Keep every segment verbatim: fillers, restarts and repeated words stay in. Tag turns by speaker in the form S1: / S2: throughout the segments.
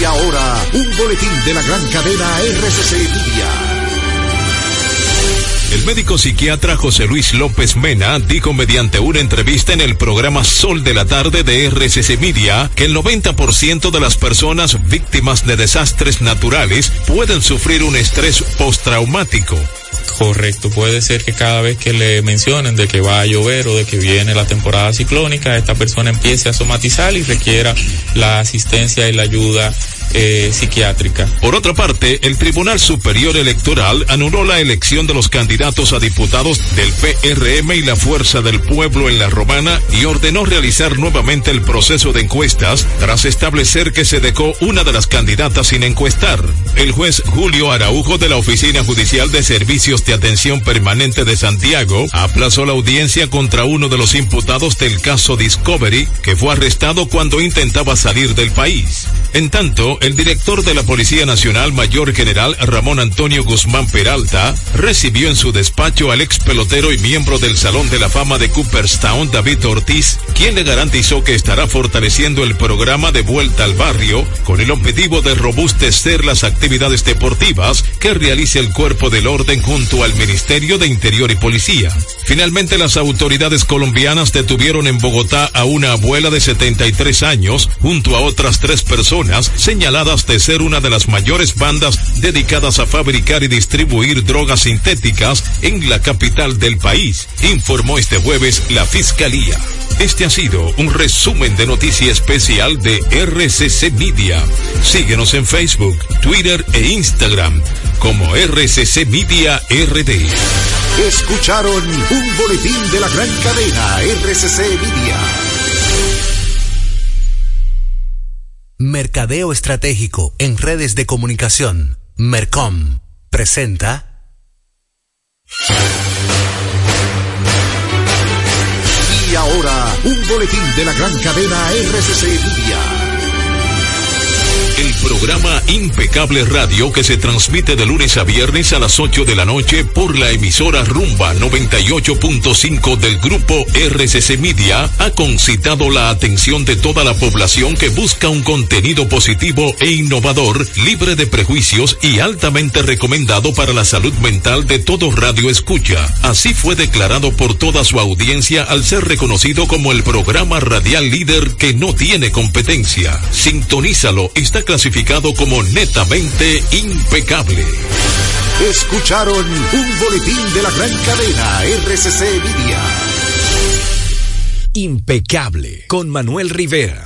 S1: Y ahora, un boletín de la gran cadena R C C Media.
S2: El médico psiquiatra José Luis López Mena dijo mediante una entrevista en el programa Sol de la Tarde de R C C Media que el noventa por ciento de las personas víctimas de desastres naturales pueden sufrir un estrés postraumático.
S3: Correcto, puede ser que cada vez que le mencionen de que va a llover o de que viene la temporada ciclónica, esta persona empiece a somatizar y requiera la asistencia y la ayuda eh, psiquiátrica.
S2: Por otra parte, el Tribunal Superior Electoral anuló la elección de los candidatos a diputados del P R M y la Fuerza del Pueblo en La Romana y ordenó realizar nuevamente el proceso de encuestas tras establecer que se dejó una de las candidatas sin encuestar. El juez Julio Araujo de la Oficina Judicial de Servicios de Atención Permanente de Santiago aplazó la audiencia contra uno de los imputados del caso Discovery, que fue arrestado cuando intentaba salir del país. En tanto, el director de la Policía Nacional, Mayor General Ramón Antonio Guzmán Peralta, recibió en su despacho al ex pelotero y miembro del Salón de la Fama de Cooperstown, David Ortiz, quien le garantizó que estará fortaleciendo el programa de Vuelta al Barrio con el objetivo de robustecer las actividades deportivas que realiza el Cuerpo del Orden junto al Ministerio de Interior y Policía. Finalmente, las autoridades colombianas detuvieron en Bogotá a una abuela de setenta y tres años junto a otras tres personas señaladas de ser una de las mayores bandas dedicadas a fabricar y distribuir drogas sintéticas en la capital del país, informó este jueves la Fiscalía. Este ha sido un resumen de noticia especial de R C C Media. Síguenos en Facebook, Twitter e Instagram como R C C Media R D.
S1: Escucharon un boletín de la gran cadena R C C Media.
S4: Mercadeo Estratégico en Redes de Comunicación, Mercom, presenta
S1: Y ahora, un boletín de la gran cadena R C C Media.
S2: El programa Impecable Radio, que se transmite de lunes a viernes a las ocho de la noche por la emisora Rumba noventa y ocho punto cinco del grupo R C C Media, ha concitado la atención de toda la población que busca un contenido positivo e innovador, libre de prejuicios y altamente recomendado para la salud mental de todo radio escucha. Así fue declarado por toda su audiencia al ser reconocido como el programa radial líder que no tiene competencia. Sintonízalo, está clasificado como netamente impecable.
S1: Escucharon un boletín de la gran cadena R C C Media.
S4: Impecable con Manuel Rivera.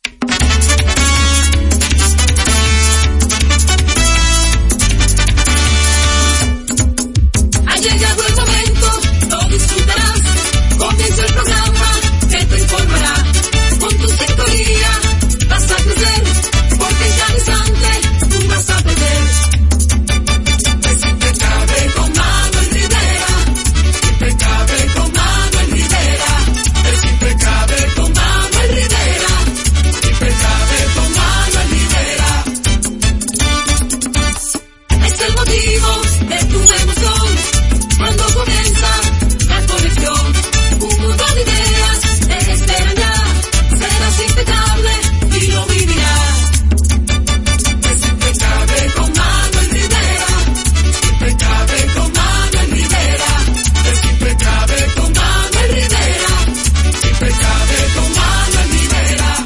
S5: Ha llegado el momento, lo disfrutarás. Comienza el programa que te informará. Con tu sintonía vas a crecer, porque en cada instante tú vas a perder. Es impecable con Manuel Rivera. Impecable con Manuel Rivera. Es impecable con Manuel Rivera. Impecable con Manuel Rivera. Es el motivo de tu emoción cuando comienza la conexión. Un mundo de ideas te esperan ya. Serás impecable y lo vivirás. Es impecable con Manuel Rivera. Impecable con Manuel Rivera. Es impecable con Manuel Rivera. Impecable con Manuel Rivera.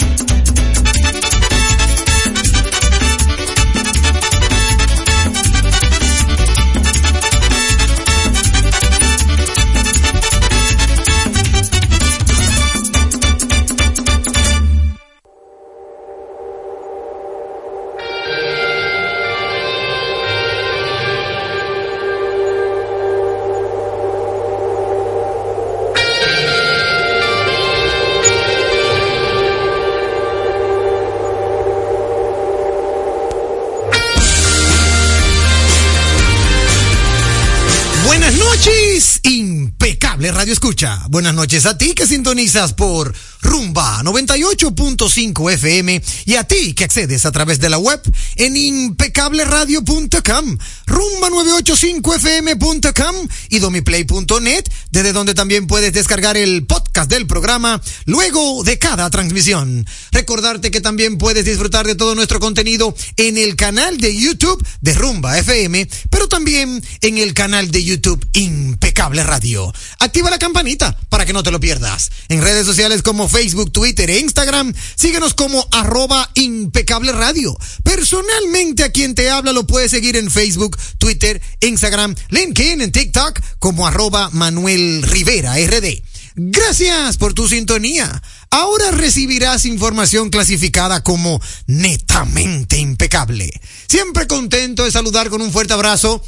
S4: Buenas noches
S6: Impecable Radio Escucha. Buenas noches a ti que sintonizas por Rumba noventa y ocho punto cinco F M y a ti que accedes a través de la web en impecable radio punto com, rumba novecientos ochenta y cinco F M punto com y domiplay punto net, desde donde también puedes descargar el podcast del programa luego de cada transmisión. Recordarte que también puedes disfrutar de todo nuestro contenido en el canal de YouTube de Rumba F M, pero también en el canal de YouTube Impecable Radio. Activa la campanita para que no te lo pierdas. En redes sociales como Facebook, Twitter e Instagram, síguenos como arroba Impecable Radio. Personalmente, a quien te habla lo puedes seguir en Facebook, Twitter, Instagram, LinkedIn, en TikTok como arroba Manuel Rivera R D. Gracias por tu sintonía. Ahora recibirás información clasificada como netamente impecable. Siempre contento de saludar con un fuerte abrazo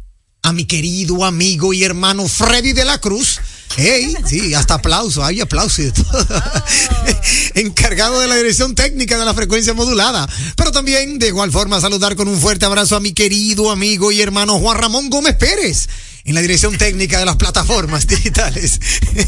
S6: a mi querido amigo y hermano Freddy de la Cruz. Hey, sí, hasta aplauso, hay aplauso y de todo. Encargado de la dirección técnica de la frecuencia modulada. Pero también, de igual forma, saludar con un fuerte abrazo a mi querido amigo y hermano Juan Ramón Gómez Pérez, en la dirección técnica de las plataformas digitales.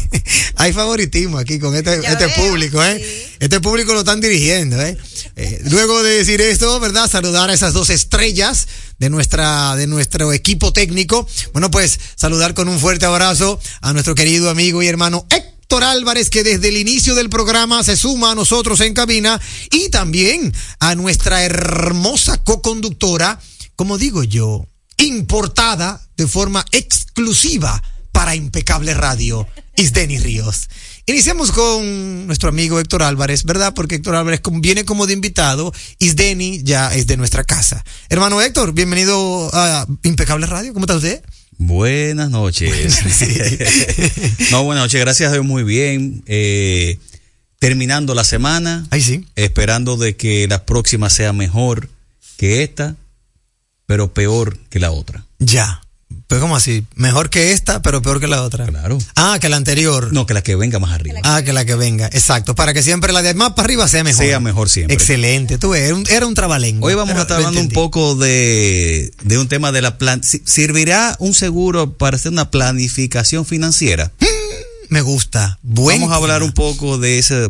S6: Hay favoritismo aquí con este, este veo, público, ¿eh? Sí. Este público lo están dirigiendo, ¿eh? eh luego de decir esto, ¿verdad? Saludar a esas dos estrellas de nuestra, de nuestro equipo técnico. Bueno, pues saludar con un fuerte abrazo a nuestro querido amigo y hermano Héctor Álvarez, que desde el inicio del programa se suma a nosotros en cabina, y también a nuestra hermosa coconductora, como digo yo, importada de forma exclusiva para Impecable Radio, Isdeni Ríos. Iniciamos con nuestro amigo Héctor Álvarez, ¿verdad? Porque Héctor Álvarez viene como de invitado, Isdeni ya es de nuestra casa. Hermano Héctor, bienvenido a Impecable Radio, ¿cómo está usted?
S7: Buenas noches.
S6: Sí.
S7: No, buenas noches, gracias a Dios, muy bien. Eh, terminando la semana.
S6: Ahí sí.
S7: Esperando de que la próxima sea mejor que esta, pero peor que la otra.
S6: Ya. Pero ¿cómo así? Mejor que esta, pero peor que la otra.
S7: Claro.
S6: Ah, que la anterior.
S7: No, que la que venga más arriba.
S6: Ah, que la que venga. Exacto. Para que siempre la de más para arriba sea mejor.
S7: Sea mejor siempre.
S6: Excelente. Tú ves, era un, era un trabalengua.
S7: Hoy vamos pero, a estar hablando un poco de, de un tema de la plan. ¿Servirá un seguro para hacer una planificación financiera?
S6: Me gusta. Buen
S7: Vamos a hablar
S6: tema.
S7: un poco de ese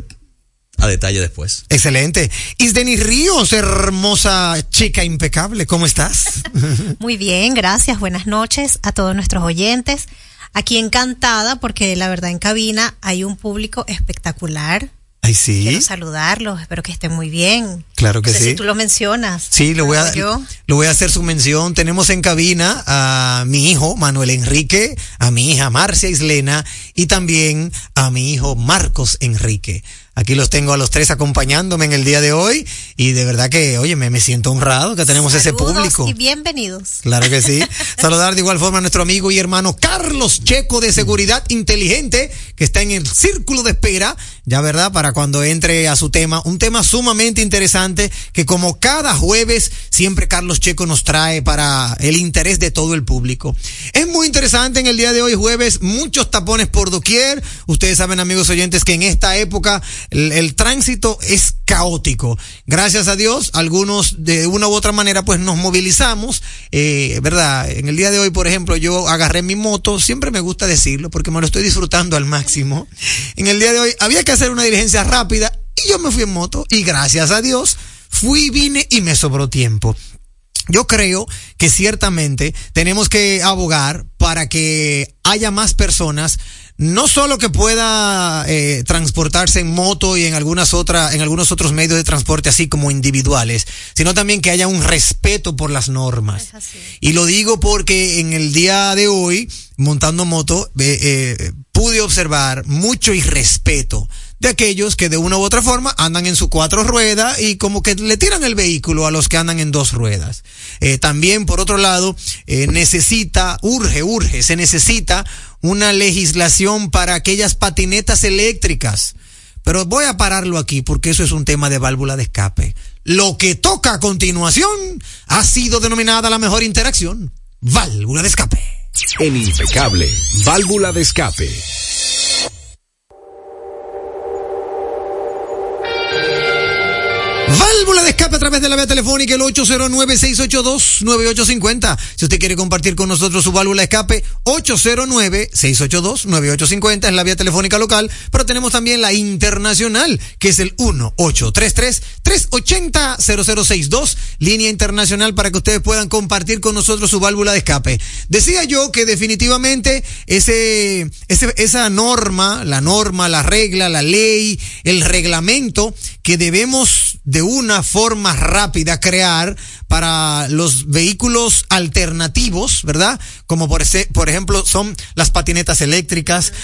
S7: a detalle después.
S6: Excelente. Isdeni Ríos, hermosa chica impecable, ¿cómo estás?
S8: Muy bien, gracias. Buenas noches a todos nuestros oyentes. Aquí encantada porque la verdad en cabina hay un público espectacular.
S6: Ay, sí.
S8: Quiero saludarlos, espero que estén muy bien.
S6: Claro que
S8: no sé
S6: sí.
S8: Si tú lo mencionas.
S6: Sí, lo voy a,
S8: yo.
S6: lo voy a hacer su mención. Tenemos en cabina a mi hijo Manuel Enrique, a mi hija Marcia Islena y también a mi hijo Marcos Enrique. Aquí los tengo a los tres acompañándome en el día de hoy y de verdad que, oye, me, me siento honrado que tenemos
S8: Saludos
S6: ese público.
S8: Y bienvenidos.
S6: Claro que sí. Saludar de igual forma a nuestro amigo y hermano Carlos Checo de Seguridad Inteligente, que está en el círculo de espera, ya verdad, para cuando entre a su tema, un tema sumamente interesante que como cada jueves siempre Carlos Checo nos trae para el interés de todo el público. Es muy interesante en el día de hoy jueves, muchos tapones por doquier. Ustedes saben, amigos oyentes, que en esta época El, el tránsito es caótico. Gracias a Dios, algunos de una u otra manera pues nos movilizamos, eh, ¿verdad? En el día de hoy, por ejemplo, yo agarré mi moto, siempre me gusta decirlo porque me lo estoy disfrutando al máximo. En el día de hoy había que hacer una diligencia rápida y yo me fui en moto y gracias a Dios fui, vine y me sobró tiempo. Yo creo que ciertamente tenemos que abogar para que haya más personas, no solo que pueda eh, transportarse en moto y en algunas otras, en algunos otros medios de transporte así como individuales, sino también que haya un respeto por las normas. Y lo digo porque en el día de hoy, montando moto, eh, eh, pude observar mucho irrespeto de aquellos que de una u otra forma andan en su cuatro ruedas y como que le tiran el vehículo a los que andan en dos ruedas. Eh, también, por otro lado, eh, necesita, urge, urge, se necesita una legislación para aquellas patinetas eléctricas. Pero voy a pararlo aquí porque eso es un tema de válvula de escape. Lo que toca a continuación ha sido denominada la mejor interacción, válvula de escape.
S1: En Impecable, válvula de escape.
S6: Válvula de escape a través de la vía telefónica el ocho cero nueve, seis ocho dos, nueve ocho cinco cero. Si usted quiere compartir con nosotros su válvula de escape, ocho cero nueve, seis ocho dos, nueve ocho cinco cero es la vía telefónica local, pero tenemos también la internacional, que es el uno ocho tres tres, tres ocho cero, cero cero seis dos, línea internacional para que ustedes puedan compartir con nosotros su válvula de escape. Decía yo que definitivamente ese, ese, esa norma, la norma, la regla, la ley, el reglamento que debemos de una forma rápida crear para los vehículos alternativos, ¿verdad? Como por, ese, por ejemplo son las patinetas eléctricas.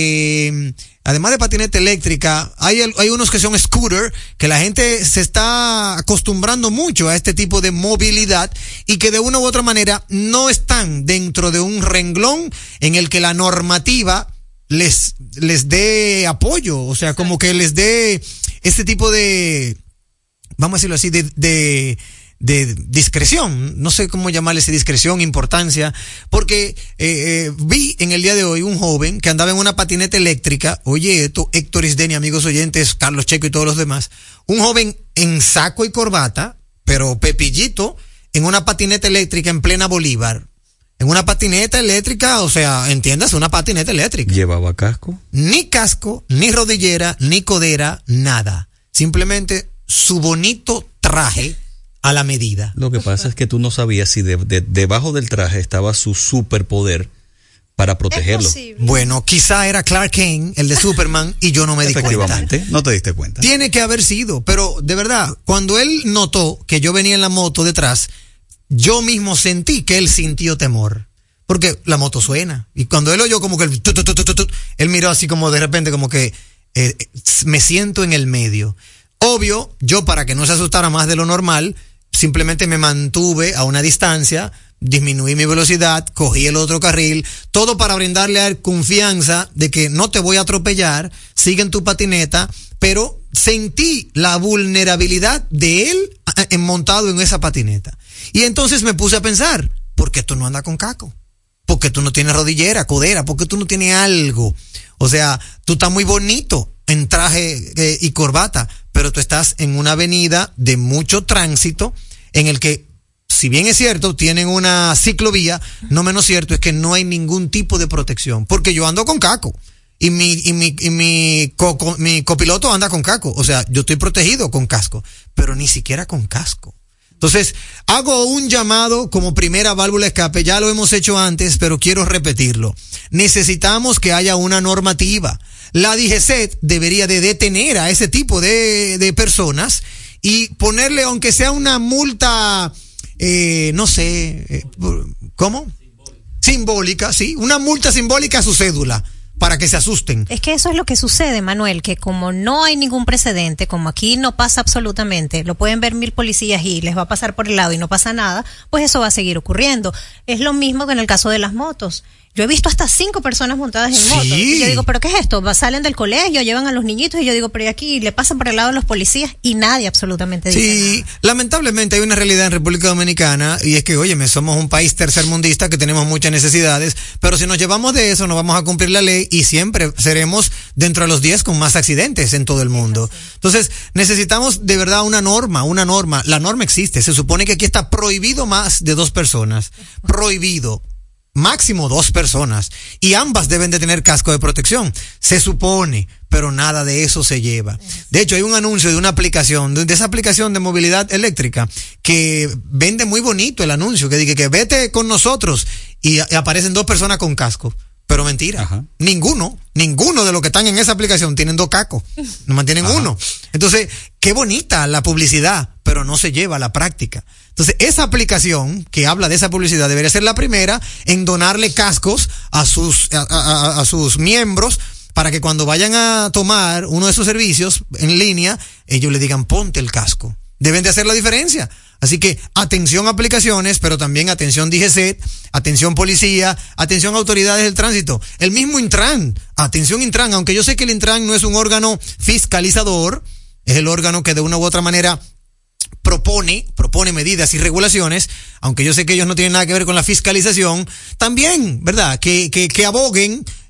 S6: Eh, además de patineta eléctrica, hay, hay unos que son scooter, que la gente se está acostumbrando mucho a este tipo de movilidad y que de una u otra manera no están dentro de un renglón en el que la normativa les, les dé apoyo, o sea, como que les dé este tipo de, vamos a decirlo así, de, de, de discreción, no sé cómo llamarle esa discreción, importancia, porque eh, eh, vi en el día de hoy un joven que andaba en una patineta eléctrica, oye esto, Héctor Isdeni, amigos oyentes, Carlos Checo y todos los demás, un joven en saco y corbata, pero pepillito, en una patineta eléctrica en plena Bolívar. En una patineta eléctrica, o sea, entiendas, una patineta eléctrica.
S7: ¿Llevaba casco?
S6: Ni casco, ni rodillera, ni codera, nada. Simplemente su bonito traje a la medida.
S7: Lo que pasa es que tú no sabías si de, de, debajo del traje estaba su superpoder para protegerlo.
S6: Bueno, quizá era Clark Kent, el de Superman, y yo no me di cuenta.
S7: Efectivamente, no te diste cuenta.
S6: Tiene que haber sido, pero de verdad, cuando él notó que yo venía en la moto detrás, yo mismo sentí que él sintió temor, porque la moto suena, y cuando él oyó como que el tu, tu, tu, tu, tu, él miró así como de repente como que eh, me siento en el medio. Obvio, yo para que no se asustara más de lo normal, simplemente me mantuve a una distancia, disminuí mi velocidad, cogí el otro carril, todo para brindarle a él confianza de que no te voy a atropellar, sigue en tu patineta, pero sentí la vulnerabilidad de él en, montado en esa patineta. Y entonces me puse a pensar, ¿por qué tú no andas con casco? ¿Por qué tú no tienes rodillera, codera? ¿Por qué tú no tienes algo? O sea, tú estás muy bonito en traje eh, y corbata, pero tú estás en una avenida de mucho tránsito en el que, si bien es cierto, tienen una ciclovía, no menos cierto es que no hay ningún tipo de protección, porque yo ando con casco. Y mi, y mi, y mi, co, co, mi copiloto anda con casco. O sea, yo estoy protegido con casco, pero ni siquiera con casco. Entonces, hago un llamado como primera válvula de escape. Ya lo hemos hecho antes, pero quiero repetirlo. Necesitamos que haya una normativa. La D G C E T debería de detener a ese tipo de, de personas y ponerle, aunque sea una multa, eh, no sé, eh, ¿cómo? Simbólica. Simbólica, sí. Una multa simbólica a su cédula, para que se asusten.
S8: Es que eso es lo que sucede, Manuel, que como no hay ningún precedente, como aquí no pasa absolutamente, lo pueden ver mil policías y les va a pasar por el lado y no pasa nada, pues eso va a seguir ocurriendo. Es lo mismo que en el caso de las motos. Yo he visto hasta cinco personas montadas en
S6: Sí.
S8: motos. Y yo digo, ¿pero qué es esto? Va- Salen del colegio, llevan a los niñitos y yo digo, pero ¿y aquí? Le pasan por el lado de los policías y nadie absolutamente dice
S6: Sí,
S8: nada.
S6: lamentablemente hay una realidad en República Dominicana y es que, óyeme, somos un país tercermundista que tenemos muchas necesidades, pero si nos llevamos de eso no vamos a cumplir la ley y siempre seremos dentro de los diez con más accidentes en todo el mundo. Entonces, necesitamos de verdad una norma, una norma. La norma existe, se supone que aquí está prohibido más de dos personas. Prohibido. Máximo dos personas y ambas deben de tener casco de protección, se supone, pero nada de eso se lleva. De hecho, hay un anuncio de una aplicación, de esa aplicación de movilidad eléctrica que vende muy bonito el anuncio, que dice que vete con nosotros y, y aparecen dos personas con casco, pero mentira. Ajá. Ninguno, ninguno de los que están en esa aplicación tienen dos cascos, no mantienen Ajá. uno. Entonces, qué bonita la publicidad, pero no se lleva a la práctica. Entonces, esa aplicación que habla de esa publicidad debería ser la primera en donarle cascos a sus, a, a, a sus miembros para que cuando vayan a tomar uno de esos servicios en línea, ellos le digan, ponte el casco. Deben de hacer la diferencia. Así que, atención aplicaciones, pero también atención D G C E T, atención policía, atención autoridades del tránsito. El mismo Intran, atención Intran, aunque yo sé que el Intran no es un órgano fiscalizador, es el órgano que de una u otra manera propone, propone medidas y regulaciones, aunque yo sé que ellos no tienen nada que ver con la fiscalización, también, ¿verdad? Que, que, que aboguen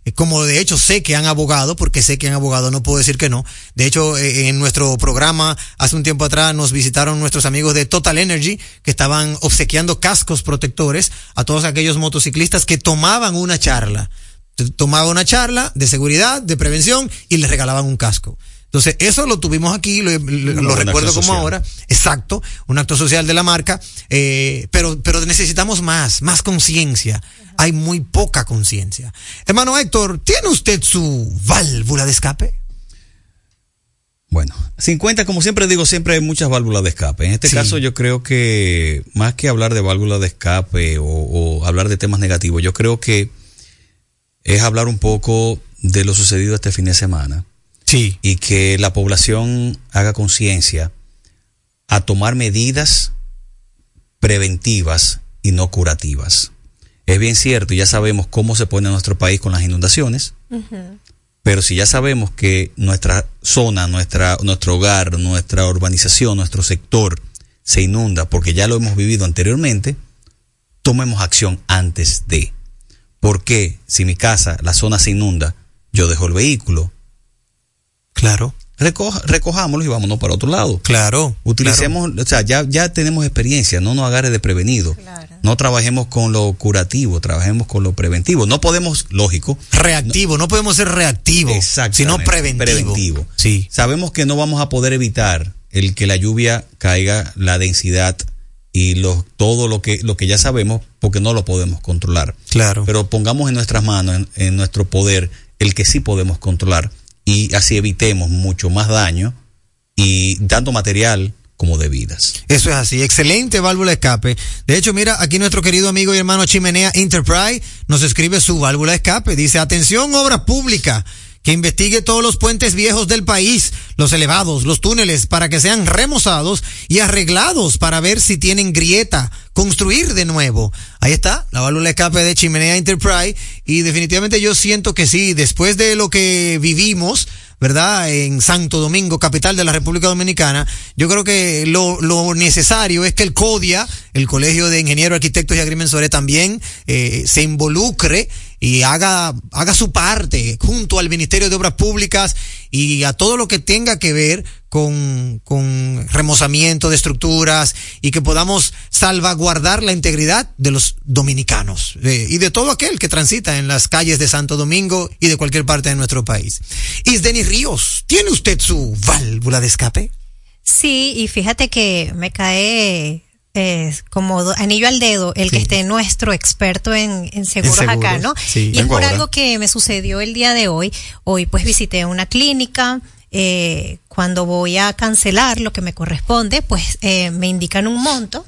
S6: como de hecho sé que han abogado, porque sé que han abogado, no puedo decir que no. De hecho, eh, en nuestro programa, hace un tiempo atrás, nos visitaron nuestros amigos de Total Energy, que estaban obsequiando cascos protectores a todos aquellos motociclistas que tomaban una charla. Tomaban una charla de seguridad, de prevención, y les regalaban un casco. Entonces, eso lo tuvimos aquí, lo, lo, lo recuerdo como social. Ahora. Exacto, un acto social de la marca, eh, pero, pero necesitamos más, más conciencia. Hay muy poca conciencia. Hermano Héctor, ¿tiene usted su válvula de escape?
S7: Bueno, cincuenta, como siempre digo, siempre hay muchas válvulas de escape. En este sí. caso yo creo que más que hablar de válvulas de escape o, o hablar de temas negativos, yo creo que es hablar un poco de lo sucedido este fin de semana.
S6: Sí.
S7: Y que la población haga conciencia a tomar medidas preventivas y no curativas. Es bien cierto, ya sabemos cómo se pone nuestro país con las inundaciones, uh-huh. pero si ya sabemos que nuestra zona, nuestra, nuestro hogar, nuestra urbanización, nuestro sector se inunda porque ya lo hemos vivido anteriormente, tomemos acción antes de. ¿Por qué? Si mi casa, la zona se inunda, yo dejo el vehículo.
S6: Claro.
S7: Recoja, recojámoslo y vámonos para otro lado.
S6: Claro.
S7: Utilicemos, claro. o sea, ya, ya tenemos experiencia, no nos agarre de prevenido.
S8: Claro.
S7: No trabajemos con lo curativo, trabajemos con lo preventivo. No podemos, lógico.
S6: Reactivo, no, no podemos ser reactivos, sino preventivo.
S7: preventivo.
S6: Sí.
S7: Sabemos que no vamos a poder evitar el que la lluvia caiga, la densidad y lo, todo lo que, lo que ya sabemos, porque no lo podemos controlar.
S6: Claro.
S7: Pero pongamos en nuestras manos, en, en nuestro poder, el que sí podemos controlar. Y así evitemos mucho más daño y dando material como de vidas.
S6: Eso es así, excelente válvula de escape. De hecho, mira, aquí nuestro querido amigo y hermano Chimenea Enterprise nos escribe su válvula de escape. Dice, atención, obra pública, que investigue todos los puentes viejos del país, los elevados, los túneles, para que sean remozados y arreglados para ver si tienen grieta, construir de nuevo. Ahí está, la válvula de escape de Chimenea Enterprise, y definitivamente yo siento que sí, después de lo que vivimos, ¿verdad? En Santo Domingo, capital de la República Dominicana, yo creo que lo, lo necesario es que el CODIA, el Colegio de Ingenieros, Arquitectos y Agrimensores, también eh, se involucre y haga, haga su parte junto al Ministerio de Obras Públicas y a todo lo que tenga que ver con, con remozamiento de estructuras, y que podamos salvaguardar la integridad de los dominicanos eh, y de todo aquel que transita en las calles de Santo Domingo y de cualquier parte de nuestro país. Isdenis Ríos, ¿tiene usted su válvula de escape?
S8: Sí, y fíjate que me cae eh, como anillo al dedo el sí. que esté nuestro experto en, en, seguros, en seguros acá, ¿no?
S6: Sí.
S8: Y es por ahora. Algo que me sucedió el día de hoy. Hoy pues visité una clínica. Eh, cuando voy a cancelar lo que me corresponde, pues eh, me indican un monto,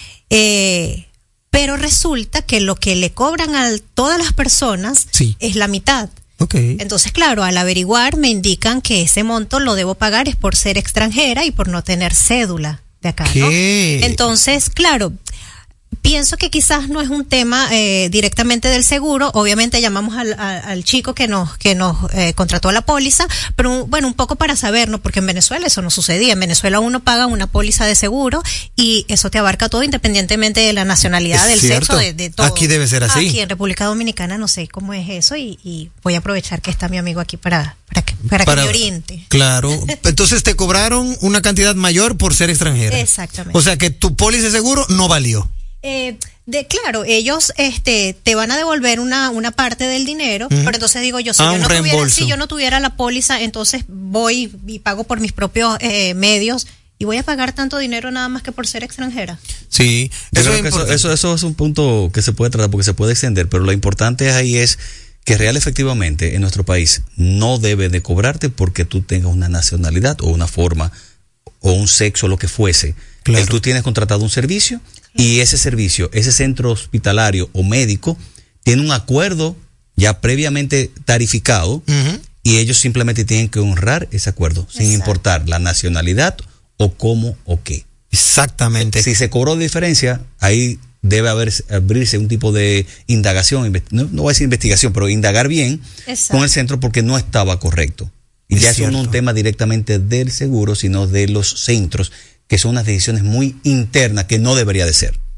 S8: eh, pero resulta que lo que le cobran a todas las personas sí. es la mitad.
S6: Okay.
S8: Entonces, claro, al averiguar me indican que ese monto lo debo pagar es por ser extranjera y por no tener cédula de acá,
S6: ¿Qué?
S8: ¿no? Entonces, claro, pienso que quizás no es un tema eh, directamente del seguro. Obviamente llamamos al, al, al chico que nos que nos eh, contrató la póliza, pero bueno, un poco para saber, ¿no? Porque en Venezuela eso no sucedía. En Venezuela uno paga una póliza de seguro y eso te abarca todo independientemente de la nacionalidad,
S6: es
S8: del
S6: cierto.
S8: sexo, de, de todo.
S6: Aquí debe ser así.
S8: Aquí en República Dominicana no sé cómo es eso y, y voy a aprovechar que está mi amigo aquí para para que, para para, que me oriente.
S6: Claro. Entonces te cobraron una cantidad mayor por ser extranjera.
S8: Exactamente.
S6: O sea que tu póliza de seguro no valió.
S8: Eh, de claro, ellos este te van a devolver una una parte del dinero, uh-huh. pero entonces digo yo si
S6: ah,
S8: yo no
S6: reembolso.
S8: tuviera si yo no tuviera la póliza, entonces voy y pago por mis propios eh, medios y voy a pagar tanto dinero nada más que por ser extranjera.
S6: Sí,
S7: eso es, eso, eso, eso es un punto que se puede tratar porque se puede extender, pero lo importante ahí es que real efectivamente en nuestro país no debe de cobrarte porque tú tengas una nacionalidad o una forma o un sexo, lo que fuese. Claro. Tú tienes contratado un servicio y ese servicio, ese centro hospitalario o médico tiene un acuerdo ya previamente tarificado uh-huh. y ellos simplemente tienen que honrar ese acuerdo. Exacto. Sin importar la nacionalidad o cómo o qué.
S6: Exactamente.
S7: Si se cobró diferencia, ahí debe haber, abrirse un tipo de indagación, no, no voy a decir investigación, pero indagar bien Exacto. con el centro porque no estaba correcto. Y es ya eso no es un tema directamente del seguro, sino de los centros, que son unas decisiones muy internas que no debería de ser.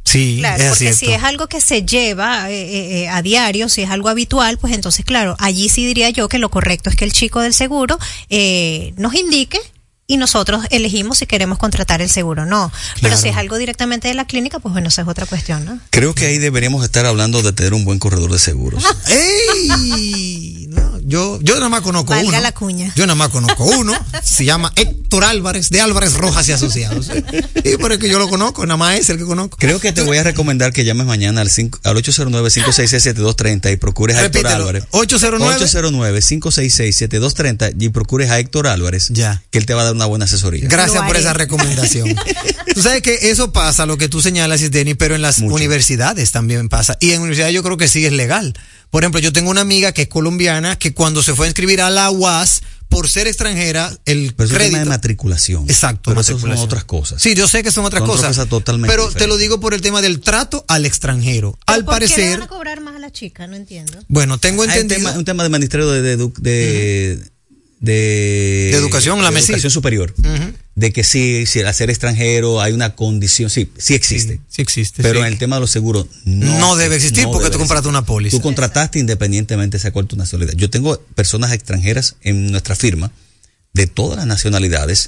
S6: Sí,
S8: claro,
S6: es
S8: porque
S6: cierto.
S8: si es algo que se lleva eh, eh, a diario, si es algo habitual, pues entonces, claro, allí sí diría yo que lo correcto es que el chico del seguro eh, nos indique y nosotros elegimos si queremos contratar el seguro o no. Claro. Pero si es algo directamente de la clínica, pues bueno, esa es otra cuestión, ¿no?
S7: Creo que ahí deberíamos estar hablando de tener un buen corredor de seguros.
S6: ¡Ey! No, yo, yo nada más conozco
S8: Valga
S6: uno.
S8: la cuña.
S6: Yo nada más conozco uno. Se llama Héctor Álvarez, de Álvarez Rojas y Asociados. Y por el que yo lo conozco, nada más es el que conozco.
S7: Creo que te voy a recomendar que llames mañana al, cinco, al ocho cero nueve, cinco seis seis, siete dos tres cero y procures a Héctor Álvarez.
S6: ocho cero nueve,
S7: cinco seis seis, siete dos tres cero y procures a Héctor Álvarez.
S6: Ya.
S7: Que él te va a dar una buena asesoría.
S6: Gracias por esa recomendación. Tú sabes que eso pasa, lo que tú señalas, Denny, pero en las Mucho. universidades también pasa. Y en universidades yo creo que sí es legal. Por ejemplo, yo tengo una amiga que es colombiana que cuando se fue a inscribir a la U A S, por ser extranjera, el
S7: pero
S6: crédito...
S7: Es un tema de matriculación.
S6: Exacto.
S7: Pero eso son otras cosas.
S6: Sí, yo sé que son otras
S7: son
S6: cosas.
S7: Otra cosa totalmente
S6: pero
S7: diferente.
S6: Te lo digo por el tema del trato al extranjero. Al
S8: ¿Por
S6: parecer...
S8: qué le van a cobrar más a la chica? No entiendo.
S6: Bueno, tengo
S7: Hay
S6: entendido...
S7: un tema, un tema de ministerio de... de, de, de uh-huh. De,
S6: de educación, la
S7: de educación superior, uh-huh. de que sí, si al ser extranjero hay una condición, sí, sí existe,
S6: sí, sí existe,
S7: pero
S6: sí.
S7: en el tema de los seguros no,
S6: no debe existir
S7: no
S6: porque
S7: debe
S6: tú compraste
S7: existir.
S6: una póliza.
S7: Tú contrataste independientemente de cuál tu nacionalidad. Yo tengo personas extranjeras en nuestra firma de todas las nacionalidades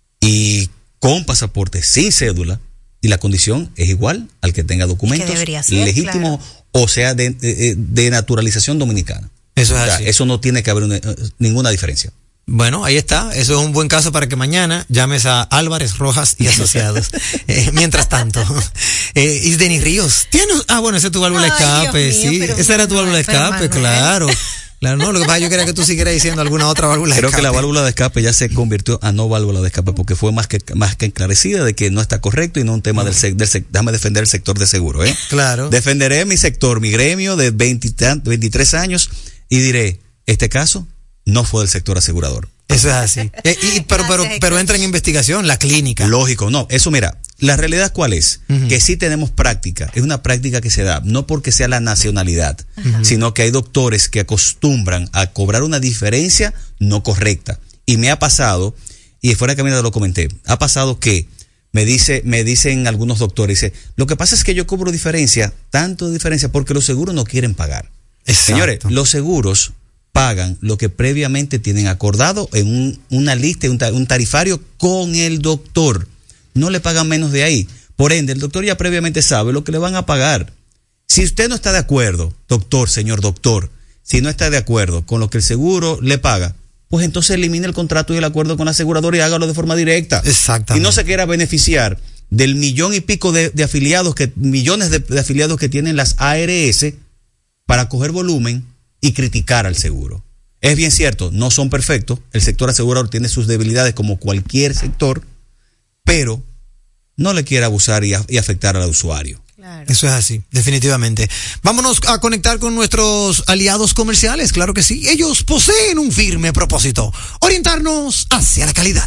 S7: y con pasaporte sin cédula y la condición es igual al que tenga documentos
S8: ser,
S7: legítimos, claro. O sea, de, de, de naturalización dominicana.
S6: Eso es
S7: o sea,
S6: así.
S7: Eso no tiene que haber una, ninguna diferencia.
S6: Bueno, ahí está. Eso es un buen caso para que mañana llames a Álvarez Rojas y Asociados. eh, mientras tanto, eh, y Denny Ríos. ¿Tienes? Ah, bueno, esa es tu válvula de escape,
S8: Dios
S6: sí.
S8: Mío,
S6: esa era tu válvula de escape, claro. Claro, no, lo que pasa es que yo quería que tú siguieras diciendo alguna otra válvula de
S7: Creo
S6: escape.
S7: Creo que la válvula de escape ya se convirtió a no válvula de escape porque fue más que más que enclarecida de que no está correcto y no un tema del, sec, del sec, déjame defender el sector de seguro, ¿eh?
S6: Claro.
S7: Defenderé mi sector, mi gremio de veinte, veintitrés años y diré, este caso no fue del sector asegurador.
S6: Eso es así. Eh, y, pero, pero, pero entra en investigación la clínica.
S7: Lógico, no. Eso, mira, la realidad ¿cuál es? Uh-huh. Que sí tenemos práctica. Es una práctica que se da, no porque sea la nacionalidad, uh-huh. sino que hay doctores que acostumbran a cobrar una diferencia no correcta. Y me ha pasado, y fuera de camino lo comenté, ha pasado que me dice, me dicen algunos doctores, dice, lo que pasa es que yo cobro diferencia, tanto de diferencia, porque los seguros no quieren pagar. Exacto. Señores, los seguros pagan lo que previamente tienen acordado en un, una lista, un, un tarifario con el doctor. No le pagan menos de ahí. Por ende, el doctor ya previamente sabe lo que le van a pagar. Si usted no está de acuerdo, doctor, señor doctor, si no está de acuerdo con lo que el seguro le paga, pues entonces elimine el contrato y el acuerdo con la aseguradora y hágalo de forma directa.
S6: Exactamente.
S7: Y no se quiera beneficiar del millón y pico de, de afiliados, que millones de, de afiliados que tienen las A R S para coger volumen y criticar al seguro. Es bien cierto, no son perfectos, el sector asegurador tiene sus debilidades como cualquier sector, pero no le quiere abusar y, a, y afectar al usuario.
S6: Claro. Eso es así, definitivamente. Vámonos a conectar con nuestros aliados comerciales, claro que sí. Ellos poseen un firme propósito, orientarnos hacia la calidad.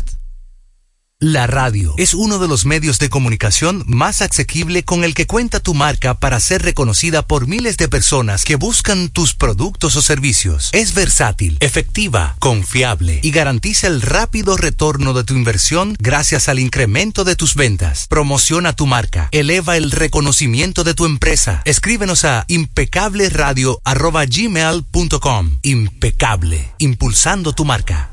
S4: La radio es uno de los medios de comunicación más asequible con el que cuenta tu marca para ser reconocida por miles de personas que buscan tus productos o servicios. Es versátil, efectiva, confiable y garantiza el rápido retorno de tu inversión gracias al incremento de tus ventas. Promociona tu marca, eleva el reconocimiento de tu empresa. Escríbenos a impecableradio arroba gmail punto com. Impecable, impulsando tu marca.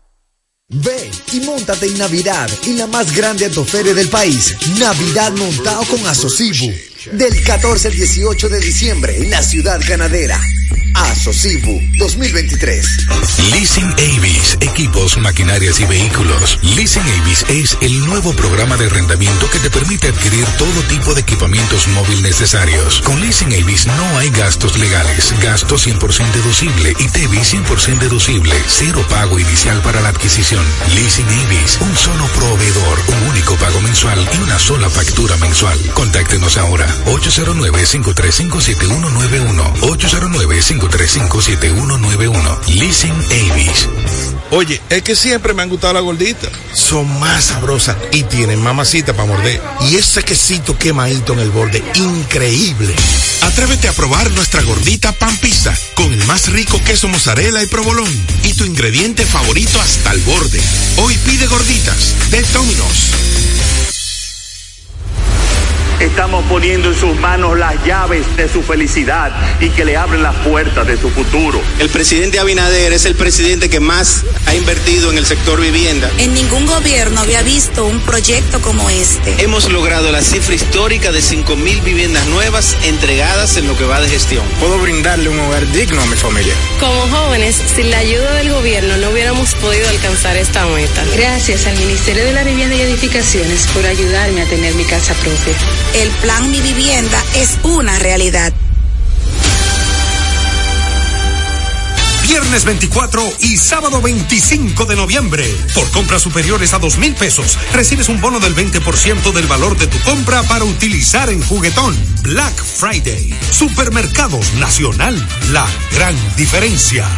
S9: Ve y móntate en Navidad en la más grande autoferia del país, Navidad montado con Asocibu, del catorce al dieciocho de diciembre en la ciudad ganadera. Asocibu dos mil veintitrés.
S2: Leasing Avis, equipos, maquinarias y vehículos. Leasing Avis es el nuevo programa de arrendamiento que te permite adquirir todo tipo de equipamientos móviles necesarios. Con Leasing Avis no hay gastos legales, gasto cien por ciento deducible y T V I cien por ciento deducible, cero pago inicial para la adquisición. Leasing Avis, un solo proveedor, un único pago mensual y una sola factura mensual. Contáctenos ahora, ocho cero nueve, cinco tres cinco, siete uno nueve uno, ocho cero nueve, cinco tres cinco, siete uno nueve uno. Leasing Avis.
S10: Oye, es que siempre me han gustado las gorditas. Son más sabrosas y tienen mamacita para morder. Y ese quesito quemadito en el borde, increíble.
S11: Atrévete a probar nuestra gordita pan pizza con el más rico queso mozzarella y provolón y tu ingrediente favorito hasta el borde. Hoy pide gorditas de Domino's.
S12: Estamos poniendo en sus manos las llaves de su felicidad y que le abren las puertas de su futuro.
S13: El presidente Abinader es el presidente que más ha invertido en el sector vivienda.
S14: En ningún gobierno había visto un proyecto como este.
S13: Hemos logrado la cifra histórica de cinco mil viviendas nuevas entregadas en lo que va de gestión.
S15: Puedo brindarle un hogar digno a mi familia.
S16: Como jóvenes, sin la ayuda del gobierno no hubiéramos podido alcanzar esta meta.
S17: Gracias al Ministerio de la Vivienda y Edificaciones por ayudarme a tener mi casa propia.
S14: El plan Mi Vivienda es una realidad.
S18: Viernes veinticuatro y sábado veinticinco de noviembre. Por compras superiores a dos mil pesos, recibes un bono del veinte por ciento del valor de tu compra para utilizar en juguetón. Black Friday. Supermercados Nacional. La gran diferencia.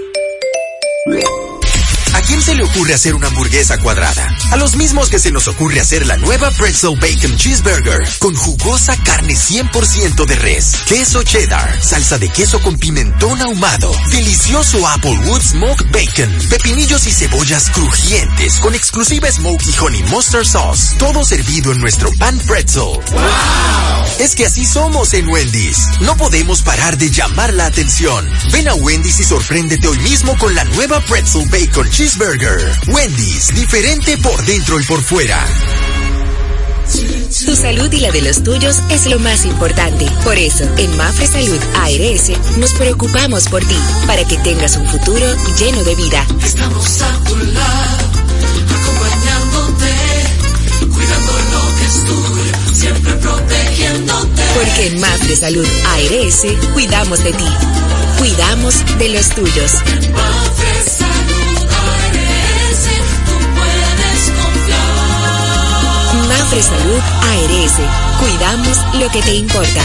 S19: ¿A quién se le ocurre hacer una hamburguesa cuadrada? A los mismos que se nos ocurre hacer la nueva Pretzel Bacon Cheeseburger con jugosa carne cien por ciento de res, queso cheddar, salsa de queso con pimentón ahumado, delicioso Applewood Smoked Bacon, pepinillos y cebollas crujientes con exclusiva Smoky Honey Mustard Sauce, todo servido en nuestro pan pretzel. ¡Wow! Es que así somos en Wendy's. No podemos parar de llamar la atención. Ven a Wendy's y sorpréndete hoy mismo con la nueva Pretzel Bacon Cheeseburger. Wendy's, diferente por dentro y por fuera.
S20: Tu salud y la de los tuyos es lo más importante. Por eso, en Mafre Salud A R S nos preocupamos por ti, para que tengas un futuro lleno de vida.
S5: Estamos a tu lado, acompañándote, cuidando lo que es tuyo, siempre protegiéndote.
S20: Porque en Mafre Salud A R S cuidamos de ti, cuidamos de los tuyos.
S5: En Mafre Salud A R S tú puedes confiar.
S20: Mafre Salud A R S, cuidamos lo que te importa.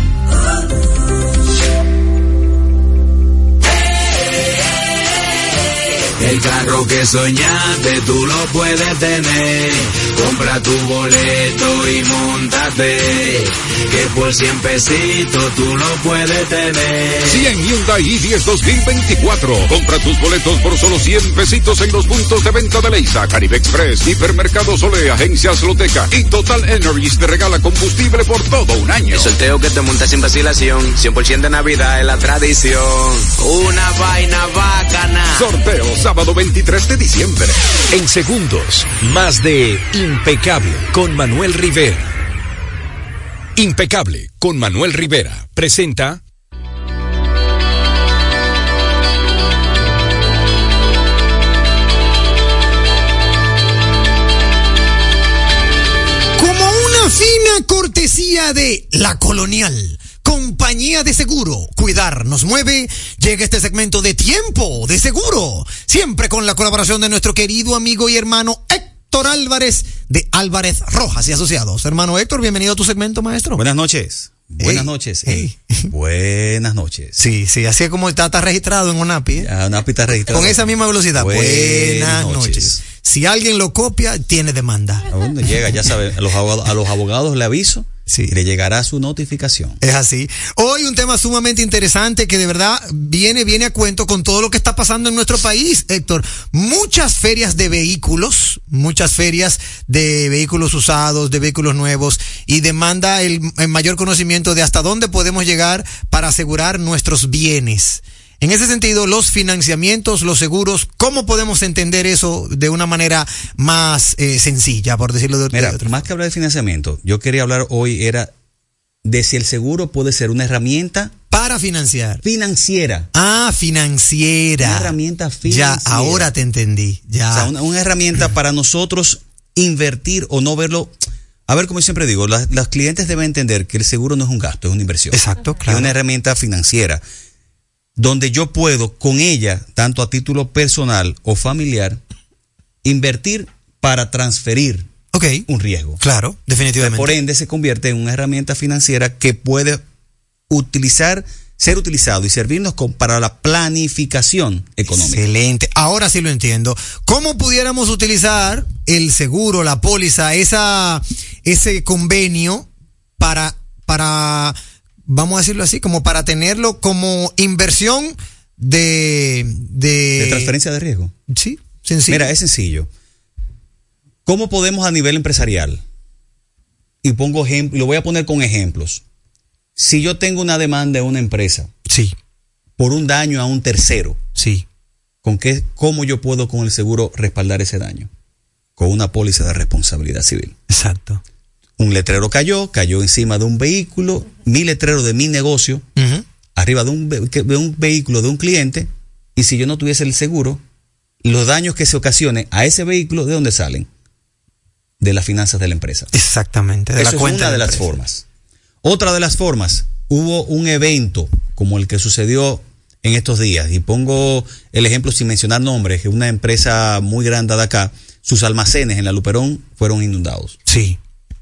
S21: El carro que soñaste tú lo puedes tener. Compra tu boleto y móntate, que por cien pesitos tú lo puedes tener.
S2: cien Hyundai i diez dos mil veinticuatro. Compra tus boletos por solo cien pesitos en los puntos de venta de Leisa, Caribe Express, Hipermercados Ole, Agencias Loteca y Total Energies te regala combustible por todo un año.
S13: El sorteo que te monta sin vacilación, cien por ciento de Navidad es la tradición. Una vaina bacana.
S2: Sorteo sábado veintitrés de diciembre.
S22: En segundos, más de Impecable con Manuel Rivera. Impecable con Manuel Rivera presenta
S6: como una fina cortesía de La Colonial, compañía de seguro, cuidar nos mueve, llega este segmento de Tiempo de Seguro, siempre con la colaboración de nuestro querido amigo y hermano Héctor Álvarez de Álvarez Rojas y Asociados. Hermano Héctor, bienvenido a tu segmento, maestro.
S7: Buenas noches. Buenas hey, noches. Hey. Buenas noches.
S6: Sí, sí, así es como está, está registrado en ONAPI. ¿eh?
S7: Ah, ONAPI está registrado.
S6: Con esa misma velocidad. Buenas, Buenas noches. noches. Si alguien lo copia, tiene demanda.
S7: ¿A dónde llega? Ya saben, a los abogados, a los abogados le aviso. Sí. Y le llegará su notificación.
S6: Es así. Hoy un tema sumamente interesante que de verdad viene, viene a cuento con todo lo que está pasando en nuestro país, Héctor. Muchas ferias de vehículos, muchas ferias de vehículos usados, de vehículos nuevos, y demanda el, el mayor conocimiento de hasta dónde podemos llegar para asegurar nuestros bienes. En ese sentido, los financiamientos, los seguros, ¿cómo podemos entender eso de una manera más eh, sencilla, por decirlo de,
S7: Mira,
S6: de otra
S7: más que hablar de financiamiento, yo quería hablar hoy era de si el seguro puede ser una herramienta
S6: para financiar.
S7: Financiera.
S6: Ah, financiera.
S7: Una herramienta financiera.
S6: Ya, ahora te entendí. Ya.
S7: O sea, una, una herramienta para nosotros invertir o no verlo. A ver, como siempre digo, las, los clientes deben entender que el seguro no es un gasto, es una inversión.
S6: Exacto, claro.
S7: Es una herramienta financiera, donde yo puedo con ella, tanto a título personal o familiar, invertir para transferir
S6: okay.
S7: un riesgo.
S6: Claro, definitivamente.
S7: Por ende, se convierte en una herramienta financiera que puede utilizar, ser utilizado y servirnos con, para la planificación económica.
S6: Excelente. Ahora sí lo entiendo. ¿Cómo pudiéramos utilizar el seguro, la póliza, esa, ese convenio para, para vamos a decirlo así, como para tenerlo como inversión de... De,
S7: de transferencia de riesgo.
S6: Sí, sencillo.
S7: Mira, es sencillo. ¿Cómo podemos a nivel empresarial y pongo ejemplo, lo voy a poner con ejemplos. Si yo tengo una demanda de una empresa,
S6: sí,
S7: por un daño a un tercero,
S6: sí,
S7: ¿con qué, cómo yo puedo con el seguro respaldar ese daño? Con una póliza de responsabilidad civil.
S6: Exacto.
S7: Un letrero cayó, cayó encima de un vehículo, mi letrero de mi negocio, uh-huh. arriba de un, de un vehículo de un cliente, y si yo no tuviese el seguro, los daños que se ocasionen a ese vehículo, ¿de dónde salen? De las finanzas de la empresa.
S6: Exactamente, de
S7: Eso
S6: la
S7: es
S6: cuenta
S7: una de,
S6: de
S7: las
S6: empresa.
S7: formas. Otra de las formas, hubo un evento como el que sucedió en estos días, y pongo el ejemplo sin mencionar nombres, que una empresa muy grande de acá, sus almacenes en la Luperón fueron inundados.
S6: Sí.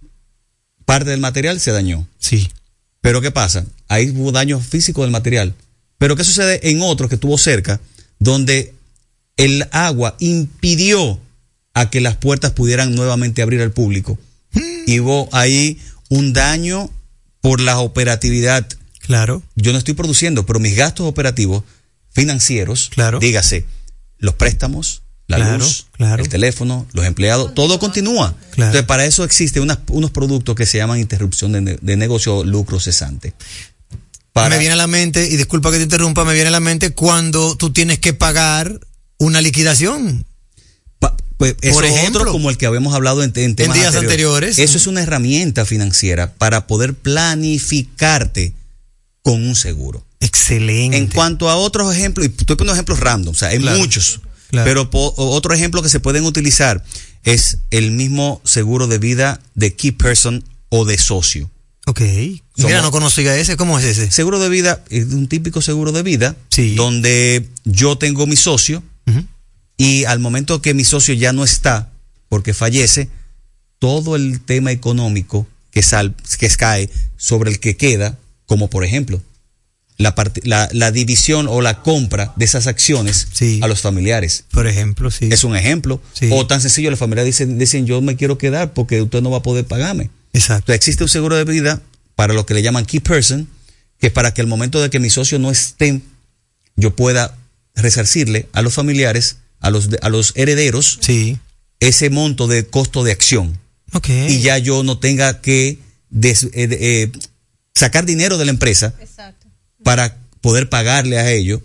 S7: Parte del material se dañó.
S6: Sí.
S7: Pero ¿qué pasa? Ahí hubo daño físico del material. Pero ¿qué sucede en otros que estuvo cerca, donde el agua impidió a que las puertas pudieran nuevamente abrir al público? Mm. Y hubo ahí un daño por la operatividad.
S6: Claro.
S7: Yo no estoy produciendo, pero mis gastos operativos financieros,
S6: claro.
S7: dígase, los préstamos, la
S6: claro,
S7: luz,
S6: claro.
S7: el teléfono, los empleados, todo continúa.
S6: Claro.
S7: Entonces, para eso existen unas, unos productos que se llaman interrupción de, de negocio, lucro cesante. Para...
S6: Me viene a la mente, y disculpa que te interrumpa, me viene a la mente cuando tú tienes que pagar una liquidación.
S7: Pa, pues eso
S6: Por ejemplo,
S7: otro como el que habíamos hablado en, en temas
S6: en días
S7: anteriores.
S6: anteriores.
S7: Eso es una herramienta financiera para poder planificarte con un seguro.
S6: Excelente.
S7: En cuanto a otros ejemplos, y estoy poniendo ejemplos random, o sea, hay claro, muchos, claro. pero po, otro ejemplo que se pueden utilizar es el mismo seguro de vida de key person o de socio.
S6: Ok. Mira, Somos, no conocía ese. ¿Cómo es ese?
S7: Seguro de vida es un típico seguro de vida,
S6: sí.
S7: donde yo tengo mi socio, uh-huh. y al momento que mi socio ya no está porque fallece, todo el tema económico que, sal, que cae sobre el que queda, como por ejemplo la, part- la, la división o la compra de esas acciones
S6: sí.
S7: a los familiares.
S6: Por ejemplo, sí.
S7: Es un ejemplo.
S6: Sí.
S7: O tan sencillo, los familiares dicen, dicen, yo me quiero quedar porque usted no va a poder pagarme.
S6: Exacto.
S7: Entonces, existe un seguro de vida para lo que le llaman key person, que es para que al momento de que mi socio no esté, yo pueda resarcirle a los familiares, a los, a los herederos,
S6: sí.
S7: ese monto de costo de acción.
S6: Okay.
S7: Y ya yo no tenga que des, eh, eh, sacar dinero de la empresa. Exacto. Para poder pagarle a ellos,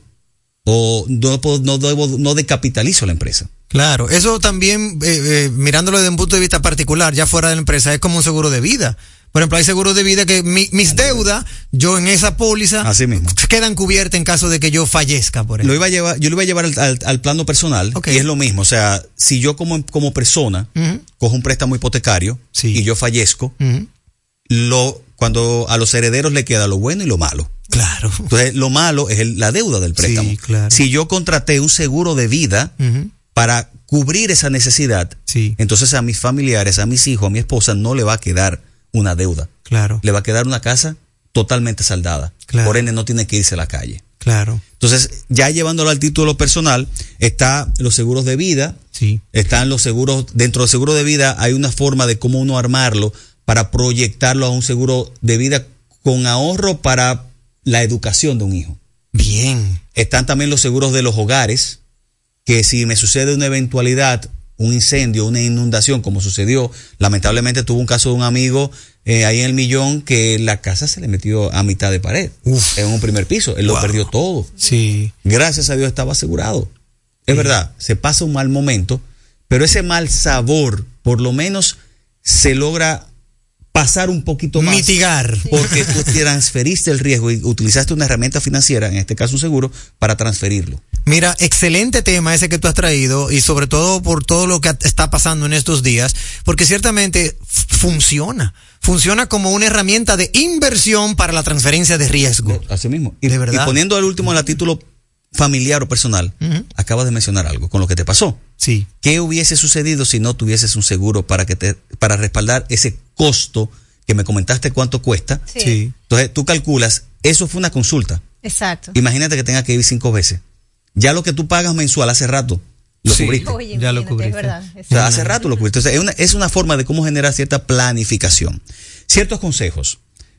S7: o no, no, debo, no decapitalizo la empresa.
S6: Claro, eso también, eh, eh, mirándolo desde un punto de vista particular, ya fuera de la empresa, es como un seguro de vida. Por ejemplo, hay seguros de vida que mi, mis deudas, yo en esa póliza,
S7: así mismo,
S6: quedan cubiertas en caso de que yo fallezca, por ejemplo.
S7: Lo iba a llevar, yo lo iba a llevar al, al, al plano personal, okay. y es lo mismo. O sea, si yo como, como persona uh-huh. cojo un préstamo hipotecario, sí. y yo fallezco, uh-huh. lo, cuando a los herederos le queda lo bueno y lo malo.
S6: Claro.
S7: Entonces, lo malo es el, la deuda del préstamo.
S6: Sí, claro.
S7: Si yo contraté un seguro de vida uh-huh. para cubrir esa necesidad,
S6: sí.
S7: entonces a mis familiares, a mis hijos, a mi esposa no le va a quedar una deuda.
S6: Claro.
S7: Le va a quedar una casa totalmente saldada.
S6: Claro.
S7: Por ende, no tiene que irse a la calle.
S6: Claro.
S7: Entonces, ya llevándolo al título personal, está los seguros de vida.
S6: Sí.
S7: Están los seguros, dentro del seguro de vida hay una forma de cómo uno armarlo para proyectarlo a un seguro de vida con ahorro para la educación de un hijo.
S6: Bien.
S7: Están también los seguros de los hogares, que si me sucede una eventualidad, un incendio, una inundación, como sucedió, lamentablemente tuvo un caso de un amigo eh, ahí en el Millón, que la casa se le metió a mitad de pared. Uf. En un primer piso, él wow. lo perdió todo.
S6: Sí.
S7: Gracias a Dios estaba asegurado. Es sí. verdad, se pasa un mal momento, pero ese mal sabor, por lo menos, se logra pasar un poquito más.
S6: Mitigar.
S7: Porque tú transferiste el riesgo y utilizaste una herramienta financiera, en este caso un seguro, para transferirlo.
S6: Mira, excelente tema ese que tú has traído, y sobre todo por todo lo que está pasando en estos días, porque ciertamente funciona. Funciona como una herramienta de inversión para la transferencia de riesgo.
S7: Así mismo. Y,
S6: de verdad.
S7: Y poniendo el último a título familiar o personal, uh-huh. acabas de mencionar algo con lo que te pasó.
S6: Sí.
S7: ¿Qué hubiese sucedido si no tuvieses un seguro para que te, para respaldar ese costo que me comentaste cuánto cuesta?
S6: Sí. sí.
S7: Entonces tú calculas, eso fue una consulta.
S8: Exacto.
S7: Imagínate que tengas que ir cinco veces. Ya lo que tú pagas mensual hace rato lo
S6: sí.
S7: cubriste.
S8: Oye,
S6: ya lo cubriste.
S8: Es verdad,
S7: o sea, hace rato lo cubriste. O sea, es una, es una forma de cómo generar cierta planificación. Ciertos consejos.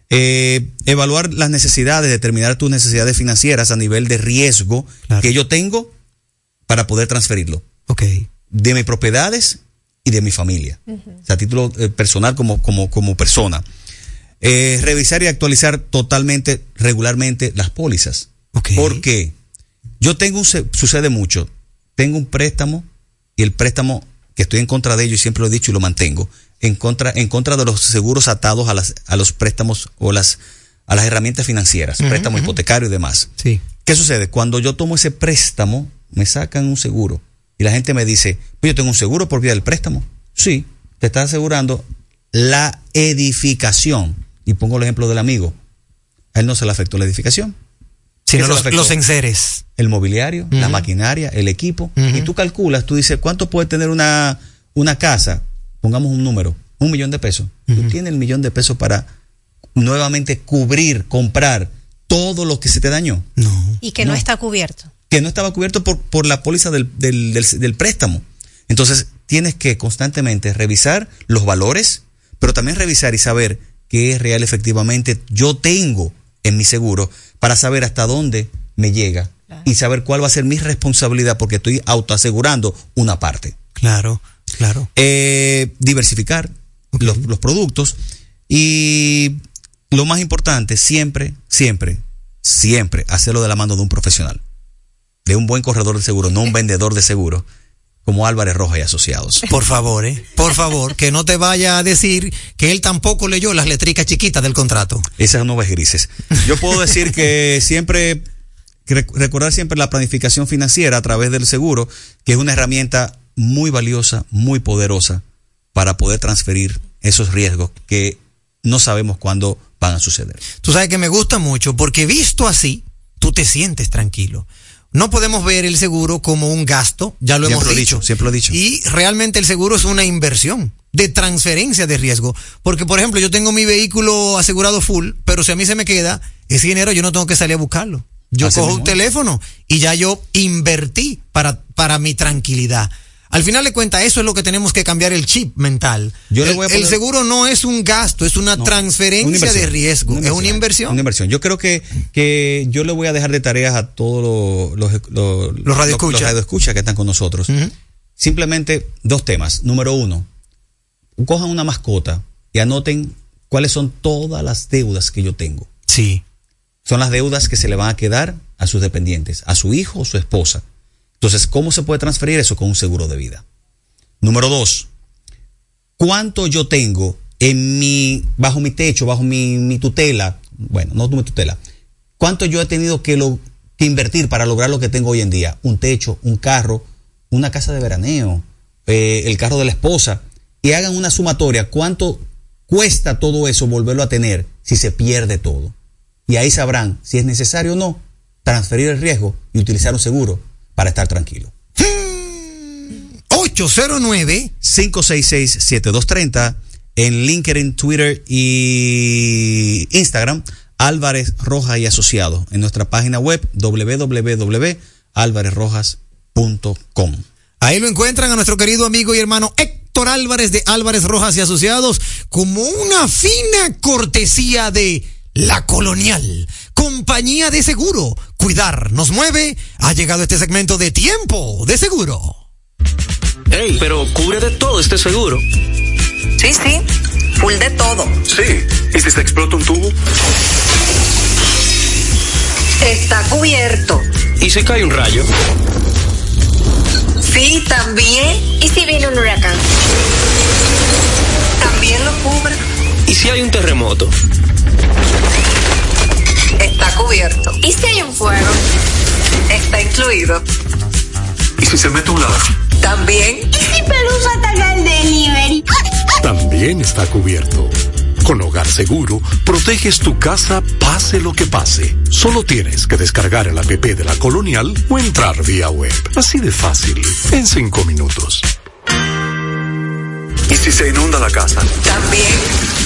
S7: Eh, evaluar las necesidades, determinar tus necesidades financieras a nivel de riesgo claro. que yo tengo para poder transferirlo.
S6: Ok.
S7: De mis propiedades y de mi familia. Uh-huh. O sea, a título eh, personal como, como, como persona. Eh, revisar y actualizar totalmente, regularmente las pólizas.
S6: Okay.
S7: Porque yo tengo un, sucede mucho, tengo un préstamo y el préstamo que estoy en contra de ello y siempre lo he dicho y lo mantengo, en contra, en contra de los seguros atados a las, a los préstamos o las, a las herramientas financieras, uh-huh, préstamo uh-huh. hipotecario y demás.
S6: Sí.
S7: ¿Qué sucede? Cuando yo tomo ese préstamo, me sacan un seguro y la gente me dice, pues yo tengo un seguro por vía del préstamo. Sí, te está asegurando la edificación. Y pongo el ejemplo del amigo. A él no se le afectó la edificación.
S6: Sino los, los enseres.
S7: El mobiliario, uh-huh. la maquinaria, el equipo. Uh-huh. Y tú calculas, tú dices, ¿cuánto puede tener una, una casa? Pongamos un número, un millón de pesos. Uh-huh. Tú tienes el millón de pesos para nuevamente cubrir, comprar todo lo que se te dañó.
S6: No.
S8: Y que no, no está cubierto.
S7: Que no estaba cubierto por, por la póliza del, del, del, del préstamo. Entonces, tienes que constantemente revisar los valores, pero también revisar y saber qué es real efectivamente yo tengo en mi seguro para saber hasta dónde me llega, claro, y saber cuál va a ser mi responsabilidad porque estoy autoasegurando una parte.
S6: Claro, claro.
S7: Eh, diversificar okay. los, los productos y lo más importante, siempre, siempre, siempre hacerlo de la mano de un profesional, de un buen corredor de seguro, no un vendedor de seguro como Álvarez Rojas y Asociados.
S6: Por favor, eh, por favor, que no te vaya a decir que él tampoco leyó las letricas chiquitas del contrato.
S7: Esas nubes grises. Yo puedo decir que siempre, que recordar siempre la planificación financiera a través del seguro, que es una herramienta muy valiosa, muy poderosa para poder transferir esos riesgos que no sabemos cuándo van a suceder.
S6: Tú sabes que me gusta mucho porque visto así, tú te sientes tranquilo. No podemos ver el seguro como un gasto, ya lo
S7: siempre
S6: hemos
S7: lo
S6: dicho.
S7: dicho. Siempre lo he dicho.
S6: Y realmente el seguro es una inversión de transferencia de riesgo. Porque, por ejemplo, yo tengo mi vehículo asegurado full, pero si a mí se me queda ese dinero, yo no tengo que salir a buscarlo. Yo Así cojo mismo. un teléfono y ya yo invertí para, para mi tranquilidad. Al final de cuentas, eso es lo que tenemos que cambiar el chip mental. Yo el, le voy a poner... el seguro no es un gasto, es una no, transferencia una de riesgo, una es una inversión.
S7: Una inversión. Yo creo que, que yo le voy a dejar de tareas a todos los, los, los,
S6: los radioescuchas
S7: los radioescuchas que están con nosotros. Uh-huh. Simplemente dos temas. Número uno, cojan una mascota y anoten cuáles son todas las deudas que yo tengo.
S6: Sí.
S7: Son las deudas que se le van a quedar a sus dependientes, a su hijo o su esposa. Entonces, ¿cómo se puede transferir eso? Con un seguro de vida. Número dos, ¿cuánto yo tengo en mi, bajo mi techo, bajo mi, mi tutela? Bueno, no mi tutela. ¿Cuánto yo he tenido que, lo, que invertir para lograr lo que tengo hoy en día? Un techo, un carro, una casa de veraneo, eh, el carro de la esposa. Y hagan una sumatoria. ¿Cuánto cuesta todo eso volverlo a tener si se pierde todo? Y ahí sabrán si es necesario o no transferir el riesgo y utilizar un seguro para estar tranquilo.
S6: ocho cero nueve,
S7: cinco seis seis, siete dos tres cero en LinkedIn, Twitter y Instagram, Álvarez Rojas y Asociados. En nuestra página web doble u doble u doble u punto álvarez rojas punto com.
S6: Ahí lo encuentran a nuestro querido amigo y hermano Héctor Álvarez de Álvarez Rojas y Asociados como una fina cortesía de La Colonial, compañía de seguro. Cuidar nos mueve. Ha llegado este segmento de Tiempo de Seguro.
S1: Ey, pero cubre de todo este seguro.
S14: Sí, sí, full de todo.
S1: Sí, ¿y si se explota un tubo?
S14: Está cubierto.
S1: ¿Y si cae un rayo?
S14: Sí, también.
S20: ¿Y si viene un huracán?
S14: También lo cubre.
S1: ¿Y si hay un terremoto?
S14: Está cubierto.
S20: ¿Y si hay un fuego?
S14: Está incluido.
S1: ¿Y si se mete un ladrón?
S14: También.
S20: ¿Y si Pelusa ataca el delivery?
S18: También está cubierto. Con Hogar Seguro, proteges tu casa pase lo que pase. Solo tienes que descargar el app de La Colonial o entrar vía web. Así de fácil, en cinco minutos.
S1: ¿Y si se inunda la casa?
S14: También.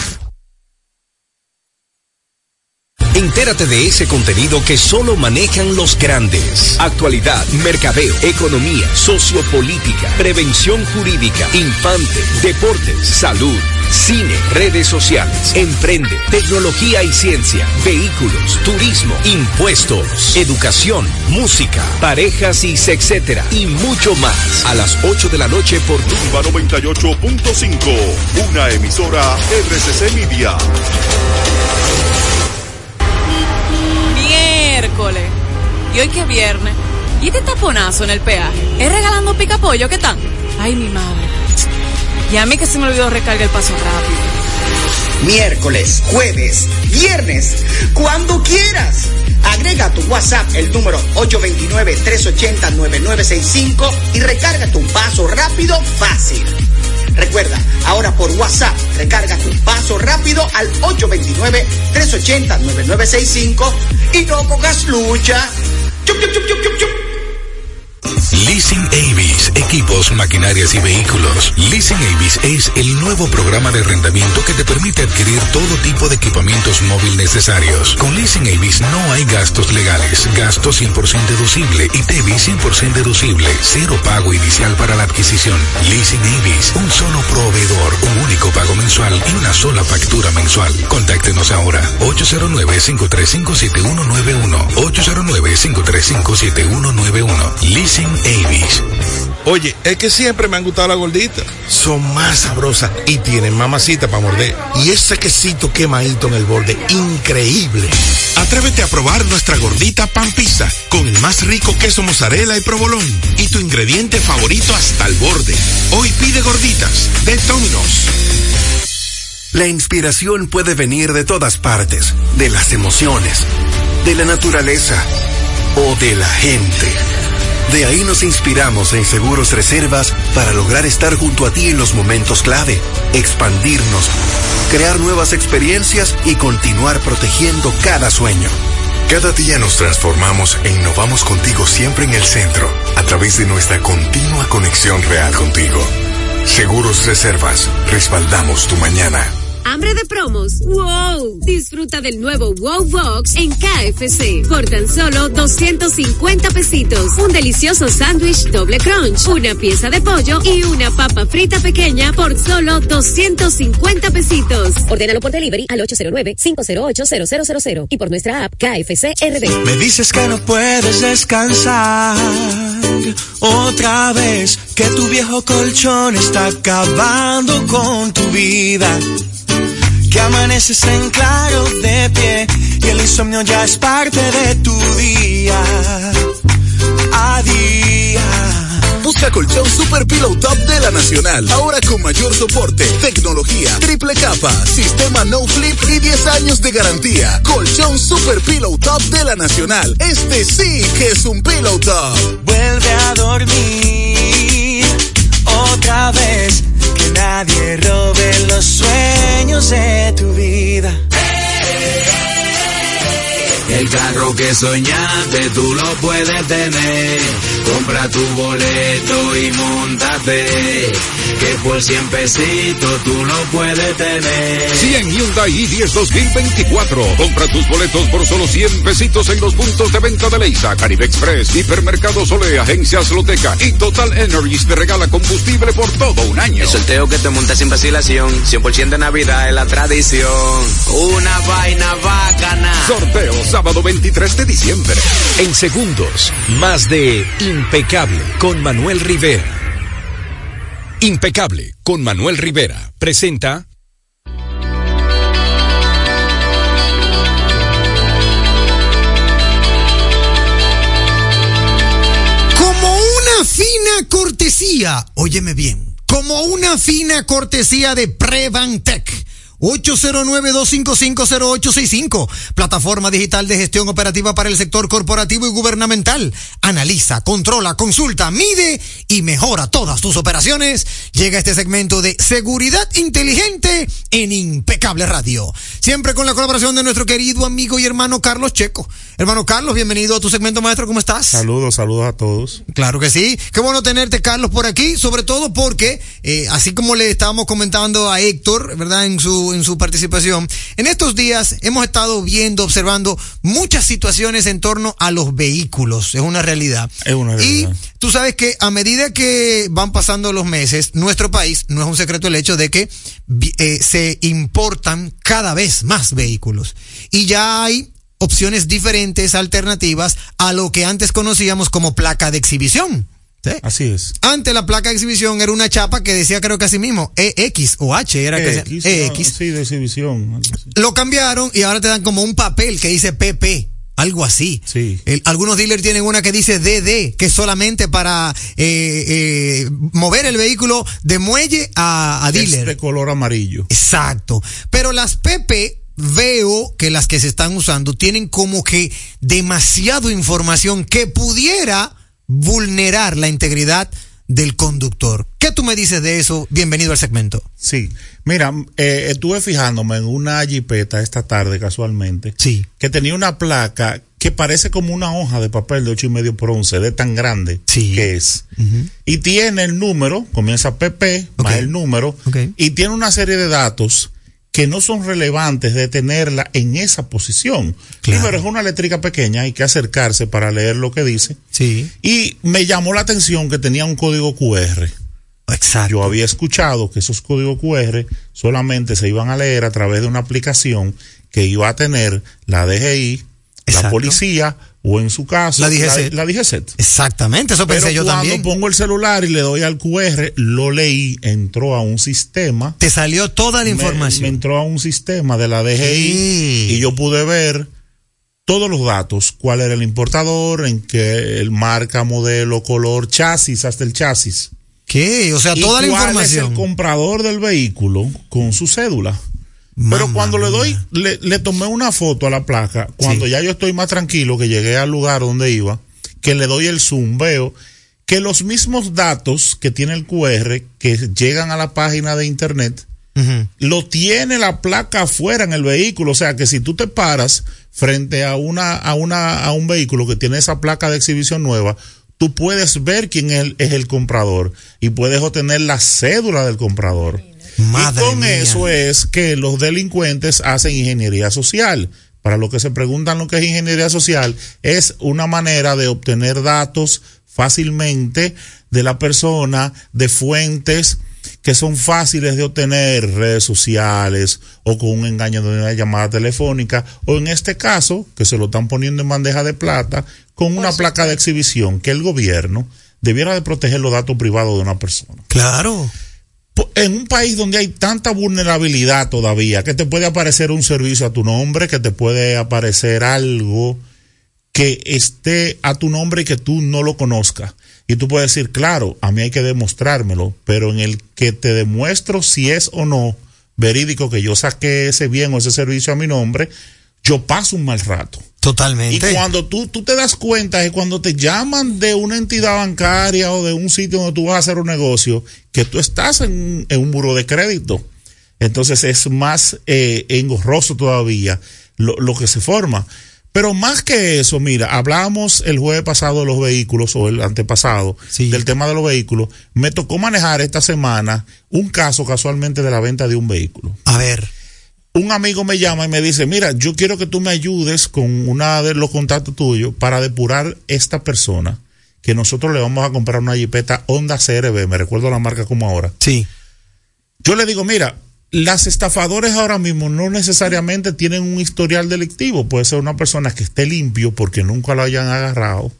S22: Entérate de ese contenido que solo manejan los grandes. Actualidad, mercadeo, economía, sociopolítica, prevención jurídica, infante, deportes, salud, cine, redes sociales, emprende, tecnología y ciencia, vehículos, turismo, impuestos, educación, música, parejas y etcétera y mucho más. A las ocho de la noche por Rumba noventa y ocho punto cinco, una emisora R C C Media.
S3: Miércoles. Y hoy que es viernes. ¿Y este taponazo en el peaje? ¿Es regalando pica pollo? ¿Qué tal? Ay, mi madre. Y a mí que se me olvidó recargar el paso rápido.
S4: Miércoles, jueves, viernes, cuando quieras. Agrega a tu WhatsApp el número ocho dos nueve, tres ocho cero, nueve nueve seis cinco y recarga tu paso rápido fácil. Recuerda, ahora por WhatsApp, recarga tu paso rápido al ocho dos nueve, tres ocho cero, nueve nueve seis cinco y no pongas lucha. Chup, chup, chup, chup, chup, chup.
S22: Leasing Avis, equipos, maquinarias y vehículos. Leasing Avis es el nuevo programa de arrendamiento que te permite adquirir todo tipo de equipamientos móvil necesarios. Con Leasing Avis no hay gastos legales, gasto cien por ciento deducible y T V I cien por ciento deducible, cero pago inicial para la adquisición. Leasing Avis, un solo proveedor, un único pago mensual y una sola factura mensual. Contáctenos ahora, ocho cero nueve, cinco tres cinco, siete uno nueve uno, ocho cero nueve, cinco tres cinco, siete uno nueve uno. Leasing Avis.
S10: Oye, es que siempre me han gustado las gorditas. Son más sabrosas y tienen mamacita para morder. Y ese quesito quemadito en el borde, increíble.
S11: Atrévete a probar nuestra gordita pan pizza con el más rico queso mozzarella y provolón y tu ingrediente favorito hasta el borde. Hoy pide gorditas de Domino's.
S22: La inspiración puede venir de todas partes, de las emociones, de la naturaleza o de la gente. De ahí nos inspiramos en Seguros Reservas para lograr estar junto a ti en los momentos clave, expandirnos, crear nuevas experiencias y continuar protegiendo cada sueño.
S23: Cada día nos transformamos e innovamos contigo siempre en el centro, a través de nuestra continua conexión real contigo. Seguros Reservas, respaldamos tu mañana.
S24: ¿Hambre de promos? ¡Wow! Disfruta del nuevo Wow Box en K F C por tan solo doscientos cincuenta pesitos. Un delicioso sándwich doble crunch, una pieza de pollo y una papa frita pequeña por solo doscientos cincuenta pesitos.
S20: Ordénalo por delivery al ocho cero nueve, cinco cero ocho, cero cero cero cero y por nuestra app K F C R D.
S25: Me dices que no puedes descansar otra vez, que tu viejo colchón está acabando con tu vida, que amaneces en claro de pie y el insomnio ya es parte de tu día a día.
S22: Busca colchón Super Pillow Top de la Nacional, ahora con mayor soporte, tecnología, triple capa, sistema no flip y diez años de garantía. Colchón Super Pillow Top de la Nacional, este sí que es un Pillow Top.
S25: Vuelve a dormir otra vez, que nadie robe los sueños de tu vida.
S21: El carro que soñaste tú lo puedes tener. Compra tu boleto y móntate, que por cien pesitos tú lo puedes tener.
S2: cien Hyundai i diez dos mil veinticuatro. Compra tus boletos por solo cien pesitos en los puntos de venta de Leisa, Caribe Express, Hipermercado Sole, Agencias Loteca y Total Energies te regala combustible por todo un año.
S13: El sorteo que te monta sin vacilación, cien por ciento de Navidad es la tradición. Una vaina bacana.
S2: Sorteo sábado veintitrés de diciembre.
S22: En segundos, más de Impecable con Manuel Rivera. Impecable con Manuel Rivera presenta
S6: Como una fina cortesía, óyeme bien, como una fina cortesía de Prevantec. ocho cero nueve, dos cinco cinco, cero ocho seis cinco, plataforma digital de gestión operativa para el sector corporativo y gubernamental. Analiza, controla, consulta, mide y mejora todas tus operaciones. Llega este segmento de seguridad inteligente en Impecable Radio. Siempre con la colaboración de nuestro querido amigo y hermano Carlos Checo. Hermano Carlos, bienvenido a tu segmento, maestro, ¿cómo estás?
S26: Saludos, saludos a todos.
S6: Claro que sí. Qué bueno tenerte, Carlos, por aquí, sobre todo porque, eh, así como le estábamos comentando a Héctor, ¿verdad? En su su, en su participación. En estos días hemos estado viendo, observando muchas situaciones en torno a los vehículos. Es una realidad.
S10: Es una realidad.
S6: Y tú sabes que a medida que van pasando los meses, nuestro país, no es un secreto el hecho de que eh, se importan cada vez más vehículos. Y ya hay opciones diferentes, alternativas a lo que antes conocíamos como placa de exhibición. ¿Sí?
S10: Así es.
S6: Antes la placa de exhibición era una chapa que decía, creo que así mismo, E X o H, era que
S10: X,
S6: E X.
S10: No, sí, de exhibición.
S6: Lo cambiaron y ahora te dan como un papel que dice P P, algo así.
S10: Sí.
S6: El, algunos dealers tienen una que dice D D, que es solamente para eh, eh, mover el vehículo de muelle a, a dealer.
S10: Es de color amarillo.
S6: Exacto. Pero las P P, veo que las que se están usando tienen como que demasiado información que pudiera vulnerar la integridad del conductor. ¿Qué tú me dices de eso? Bienvenido al segmento.
S10: Sí, mira, eh, estuve fijándome en una jipeta esta tarde casualmente,
S6: sí,
S10: que tenía una placa que parece como una hoja de papel de ocho y medio por once, de tan grande
S6: sí.
S10: que es.
S6: Uh-huh.
S10: Y tiene el número, comienza P P, okay, más el número,
S6: okay,
S10: y tiene una serie de datos que no son relevantes de tenerla en esa posición. Claro. Primero, es una letrica pequeña, hay que acercarse para leer lo que dice.
S6: Sí.
S10: Y me llamó la atención que tenía un código Q R.
S6: Exacto.
S10: Yo había escuchado que esos códigos Q R solamente se iban a leer a través de una aplicación que iba a tener la D G I, exacto, la policía, o en su caso,
S6: la D G C E T.
S10: La, la D G C E T.
S6: Exactamente, eso pensé
S10: Pero
S6: yo también.
S10: cuando pongo el celular y le doy al Q R, lo leí, entró a un sistema.
S6: Te salió toda la información.
S10: Me, me entró a un sistema de la D G I sí, y yo pude ver todos los datos, cuál era el importador, en qué el marca, modelo, color, chasis, hasta el chasis.
S6: ¿Qué? O sea, toda la información.
S10: ¿Cuál es el comprador del vehículo con su cédula? Mamá Pero cuando mía. le doy, le, le tomé una foto a la placa, cuando sí, ya yo estoy más tranquilo, que llegué al lugar donde iba, que le doy el zoom, veo que los mismos datos que tiene el Q R, que llegan a la página de internet, uh-huh, lo tiene la placa afuera en el vehículo. O sea que si tú te paras frente a una, a una, a un vehículo que tiene esa placa de exhibición nueva, tú puedes ver quién es el, es el comprador y puedes obtener la cédula del comprador. Madre y con mía. Eso es que los delincuentes hacen ingeniería social. Para los que se preguntan lo que es ingeniería social, es una manera de obtener datos fácilmente de la persona, de fuentes que son fáciles de obtener, redes sociales, o con un engaño de una llamada telefónica, o en este caso, que se lo están poniendo en bandeja de plata, con una placa de exhibición, que el gobierno debiera de proteger los datos privados de una persona.
S6: Claro.
S10: En un país donde hay tanta vulnerabilidad todavía, que te puede aparecer un servicio a tu nombre, que te puede aparecer algo que esté a tu nombre y que tú no lo conozcas. Y tú puedes decir, claro, a mí hay que demostrármelo, pero en el que te demuestro si es o no verídico que yo saqué ese bien o ese servicio a mi nombre, yo paso un mal rato.
S6: Totalmente.
S10: Y cuando tú, tú te das cuenta es cuando te llaman de una entidad bancaria o de un sitio donde tú vas a hacer un negocio, que tú estás en, en un buró de crédito. Entonces es más eh, engorroso todavía lo, lo que se forma. Pero más que eso, mira, hablábamos el jueves pasado de los vehículos, o el antepasado, sí, del tema de los vehículos. Me tocó manejar esta semana un caso casualmente de la venta de un vehículo.
S6: A ver.
S10: Un amigo me llama y me dice, mira, yo quiero que tú me ayudes con una de los contactos tuyos para depurar esta persona, que nosotros le vamos a comprar una jipeta Honda C R V, me recuerdo la marca como ahora.
S6: Sí.
S10: Yo le digo, mira, las estafadores ahora mismo no necesariamente tienen un historial delictivo, puede ser una persona que esté limpio porque nunca lo hayan agarrado,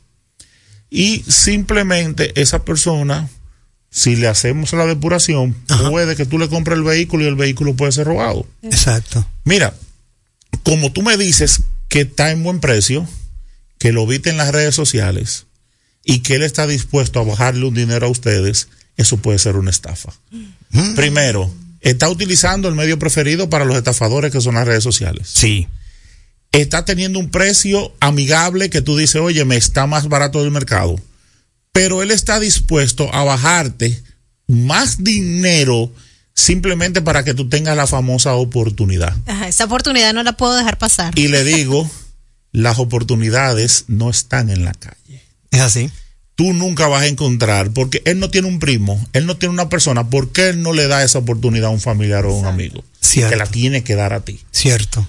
S10: y simplemente esa persona, si le hacemos la depuración, ajá, puede que tú le compres el vehículo y el vehículo puede ser robado.
S6: Exacto.
S10: Mira, como tú me dices que está en buen precio, que lo viste en las redes sociales y que él está dispuesto a bajarle un dinero a ustedes, eso puede ser una estafa. Mm. Primero, está utilizando el medio preferido para los estafadores, que son las redes sociales.
S6: Sí.
S10: Está teniendo un precio amigable que tú dices, oye, me está más barato del mercado. Pero él está dispuesto a bajarte más dinero simplemente para que tú tengas la famosa oportunidad.
S8: Ajá, esa oportunidad no la puedo dejar pasar.
S10: Y le digo, las oportunidades no están en la calle.
S6: Es así.
S10: Tú nunca vas a encontrar, porque él no tiene un primo, él no tiene una persona, ¿por qué él no le da esa oportunidad a un familiar o a un amigo?
S6: Cierto.
S10: Te la tiene que dar a ti.
S6: Cierto.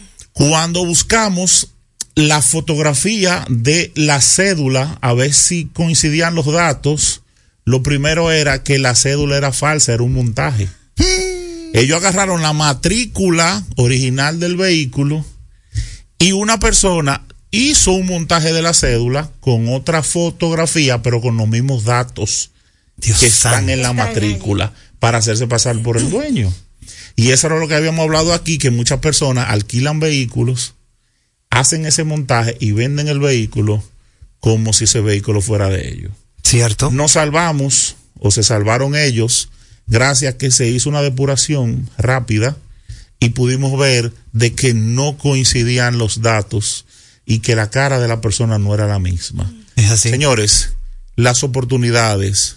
S10: Cuando buscamos la fotografía de la cédula, a ver si coincidían los datos, lo primero era que la cédula era falsa, era un montaje. Ellos agarraron la matrícula original del vehículo y una persona hizo un montaje de la cédula con otra fotografía, pero con los mismos datos Dios que están santo. en la matrícula para hacerse pasar por el dueño. Y eso era lo que habíamos hablado aquí, que muchas personas alquilan vehículos, hacen ese montaje y venden el vehículo como si ese vehículo fuera de ellos.
S6: Cierto.
S10: Nos salvamos, o se salvaron ellos, gracias a que se hizo una depuración rápida y pudimos ver de que no coincidían los datos y que la cara de la persona no era la misma.
S6: Es así.
S10: Señores, las oportunidades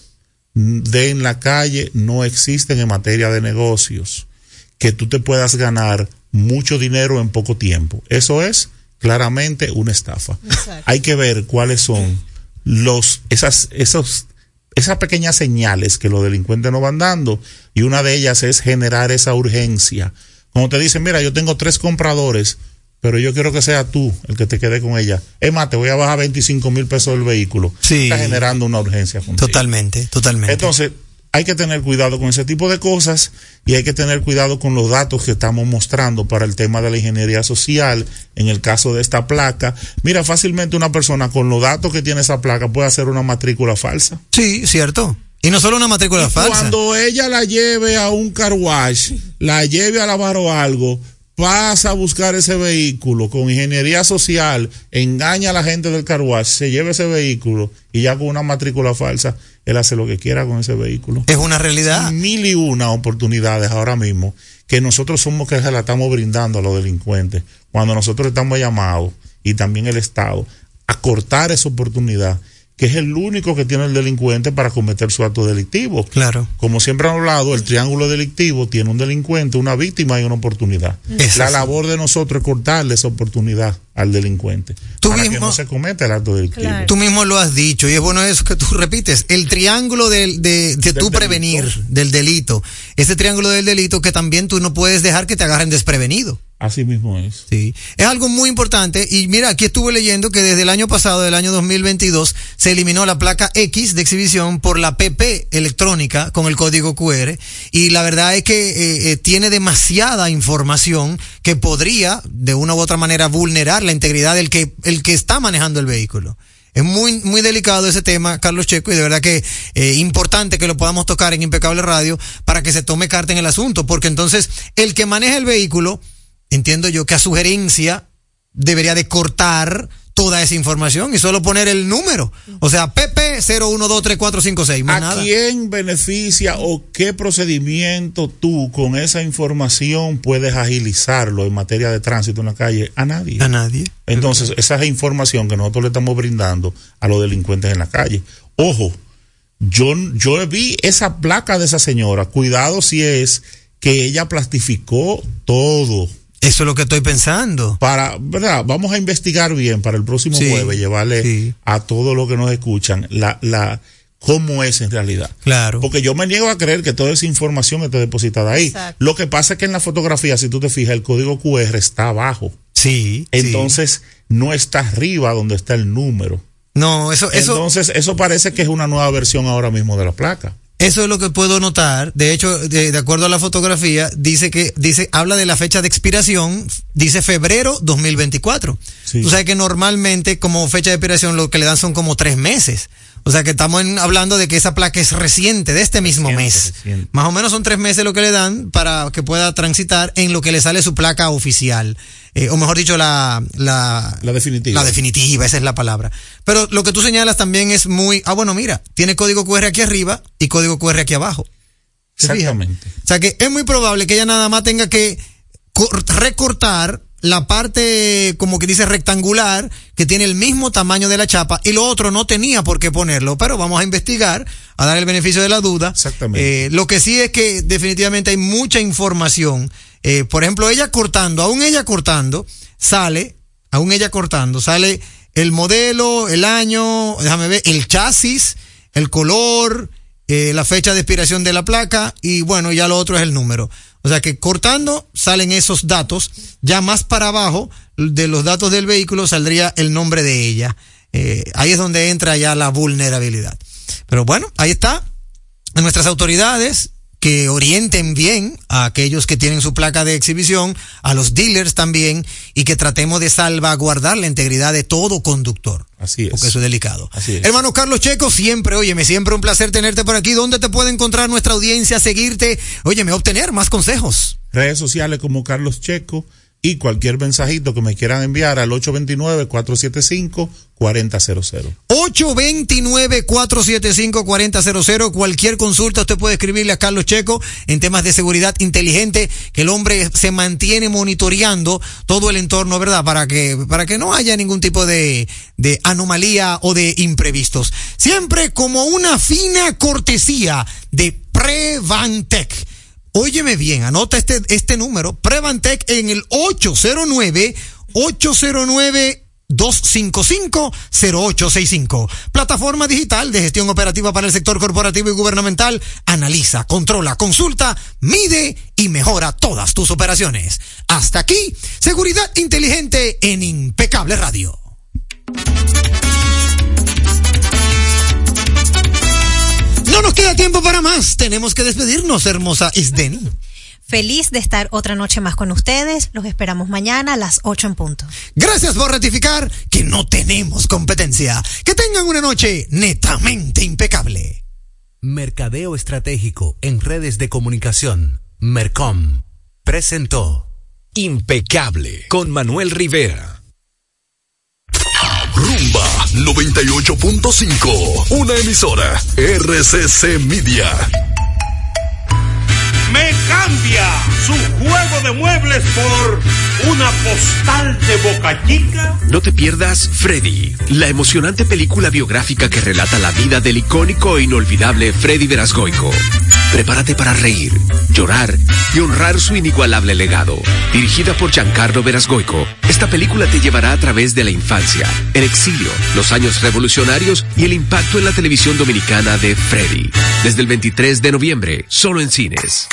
S10: de en la calle no existen en materia de negocios, que tú te puedas ganar mucho dinero en poco tiempo. Eso es claramente una estafa. Exacto. Hay que ver cuáles son los esas esos esas pequeñas señales que los delincuentes nos van dando, y una de ellas es generar esa urgencia. Cuando te dicen, mira, yo tengo tres compradores, pero yo quiero que sea tú el que te quede con ella. Es más, te voy a bajar veinticinco mil pesos del vehículo.
S6: Sí.
S10: Está generando una urgencia contigo.
S6: Totalmente, totalmente.
S10: Entonces, hay que tener cuidado con ese tipo de cosas y hay que tener cuidado con los datos que estamos mostrando para el tema de la ingeniería social. En el caso de esta placa, mira, fácilmente una persona con los datos que tiene esa placa puede hacer una matrícula falsa.
S6: Sí, cierto. Y no solo una matrícula
S10: y
S6: falsa.
S10: Cuando ella la lleve a un car wash, la lleve a lavar o algo, pasa a buscar ese vehículo con ingeniería social, engaña a la gente del car wash, se lleva ese vehículo y ya con una matrícula falsa, él hace lo que quiera con ese vehículo.
S6: Es una realidad.
S10: Mil y una oportunidades ahora mismo que nosotros somos que se la estamos brindando a los delincuentes, cuando nosotros estamos llamados, y también el Estado, a cortar esa oportunidad, que es el único que tiene el delincuente para cometer su acto delictivo.
S6: Claro.
S10: Como siempre han hablado, el triángulo delictivo tiene un delincuente, una víctima y una oportunidad. Es la así. labor de nosotros es cortarle esa oportunidad al delincuente
S6: tú
S10: para
S6: mismo,
S10: que no se cometa el acto delictivo.
S6: Claro. Tú mismo lo has dicho y es bueno eso que tú repites, el triángulo del, de, de tú prevenir delito. del delito, ese triángulo del delito que también tú no puedes dejar que te agarren desprevenido.
S10: Así mismo es.
S6: Sí, es algo muy importante y mira, aquí estuve leyendo que desde el año pasado, del año dos mil veintidós, se eliminó la placa X de exhibición por la P P electrónica con el código Q R y la verdad es que eh, eh, tiene demasiada información que podría de una u otra manera vulnerar la integridad del que el que está manejando el vehículo. Es muy muy delicado ese tema, Carlos Checo, y de verdad que eh, importante que lo podamos tocar en Impecable Radio para que se tome carta en el asunto, porque entonces el que maneja el vehículo, entiendo yo que a sugerencia debería de cortar toda esa información y solo poner el número. O sea, P P cero uno dos tres cuatro cinco seis. Más
S10: ¿A
S6: nada.
S10: quién beneficia o qué procedimiento tú con esa información puedes agilizarlo en materia de tránsito en la calle? A nadie.
S6: A nadie.
S10: Entonces, esa es información que nosotros le estamos brindando a los delincuentes en la calle. Ojo, yo, yo vi esa placa de esa señora. Cuidado si es que ella plastificó todo.
S6: Eso es lo que estoy pensando.
S10: Para, ¿verdad? Vamos a investigar bien para el próximo
S6: sí,
S10: jueves, llevarle sí. a todos los que nos escuchan la, la, cómo es en realidad.
S6: Claro.
S10: Porque yo me niego a creer que toda esa información esté depositada ahí. Exacto. Lo que pasa es que en la fotografía, si tú te fijas, el código Q R está abajo.
S6: Sí.
S10: Entonces,
S6: sí.
S10: no está arriba donde está el número.
S6: No, eso, eso.
S10: Entonces, eso parece que es una nueva versión ahora mismo de la placa.
S6: Eso es lo que puedo notar. De hecho, de, de acuerdo a la fotografía, dice que, dice, habla de la fecha de expiración, dice febrero dos mil veinticuatro. Sí. Tú sabes que normalmente como fecha de expiración lo que le dan son como tres meses. O sea que estamos en, hablando de que esa placa es reciente, de este mismo reciente, mes. Reciente. Más o menos son tres meses lo que le dan para que pueda transitar en lo que le sale su placa oficial. Eh, o mejor dicho, la, la...
S10: La definitiva.
S6: La definitiva, esa es la palabra. Pero lo que tú señalas también es muy... Ah, bueno, mira, tiene código Q R aquí arriba y código Q R aquí abajo.
S10: Exactamente.
S6: O sea que es muy probable que ella nada más tenga que recortar la parte, como que dice, rectangular, que tiene el mismo tamaño de la chapa, y lo otro no tenía por qué ponerlo, pero vamos a investigar, a dar el beneficio de la duda.
S10: Exactamente.
S6: Eh, lo que sí es que definitivamente hay mucha información. Eh, por ejemplo, ella cortando, aún ella cortando, sale, aún ella cortando, sale el modelo, el año, déjame ver, el chasis, el color, eh, la fecha de expiración de la placa, y bueno, ya lo otro es el número. O O sea que cortando salen esos datos, ya más para abajo de los datos del vehículo saldría el nombre de ella. Eh, ahí es donde entra ya la vulnerabilidad. Pero bueno, ahí está. Nuestras autoridades que orienten bien a aquellos que tienen su placa de exhibición, a los dealers también, y que tratemos de salvaguardar la integridad de todo conductor.
S10: Así es.
S6: Porque eso es delicado.
S10: Así es.
S6: Hermano Carlos Checo, siempre, óyeme, siempre un placer tenerte por aquí. ¿Dónde te puede encontrar nuestra audiencia, seguirte, óyeme, obtener más consejos?
S10: Redes sociales como Carlos Checo, y cualquier mensajito que me quieran enviar al ocho dos nueve, cuatro siete cinco, cuatro cero cero cero.
S6: ocho dos nueve, cuatro siete cinco, cuatro cero cero cero. Cualquier consulta usted puede escribirle a Carlos Checo en temas de seguridad inteligente, que el hombre se mantiene monitoreando todo el entorno, ¿verdad? Para que, para que no haya ningún tipo de, de anomalía o de imprevistos. Siempre como una fina cortesía de Prevantec. Óyeme bien, anota este, este número, Prevantec en el ocho cero nueve, ocho cero nueve, dos cinco cinco, cero ocho seis cinco. Plataforma digital de gestión operativa para el sector corporativo y gubernamental. Analiza, controla, consulta, mide y mejora todas tus operaciones. Hasta aquí, seguridad inteligente en Impecable Radio. No nos queda tiempo para más. Tenemos que despedirnos, hermosa Isdeni.
S8: Feliz de estar otra noche más con ustedes. Los esperamos mañana a las ocho en punto.
S6: Gracias por ratificar que no tenemos competencia. Que tengan una noche netamente impecable.
S9: Mercadeo Estratégico en Redes de Comunicación. Mercom presentó Impecable con Manuel Rivera.
S22: Rumba noventa y ocho punto cinco, una emisora R C C Media.
S12: Me cambia su juego de muebles por una postal de Boca Chica.
S15: No te pierdas Freddy, la emocionante película biográfica que relata la vida del icónico e inolvidable Freddy Verasgoico. Prepárate para reír, llorar y honrar su inigualable legado. Dirigida por Giancarlo Verasgoico, esta película te llevará a través de la infancia, el exilio, los años revolucionarios y el impacto en la televisión dominicana de Freddy. Desde el veintitrés de noviembre, solo en cines.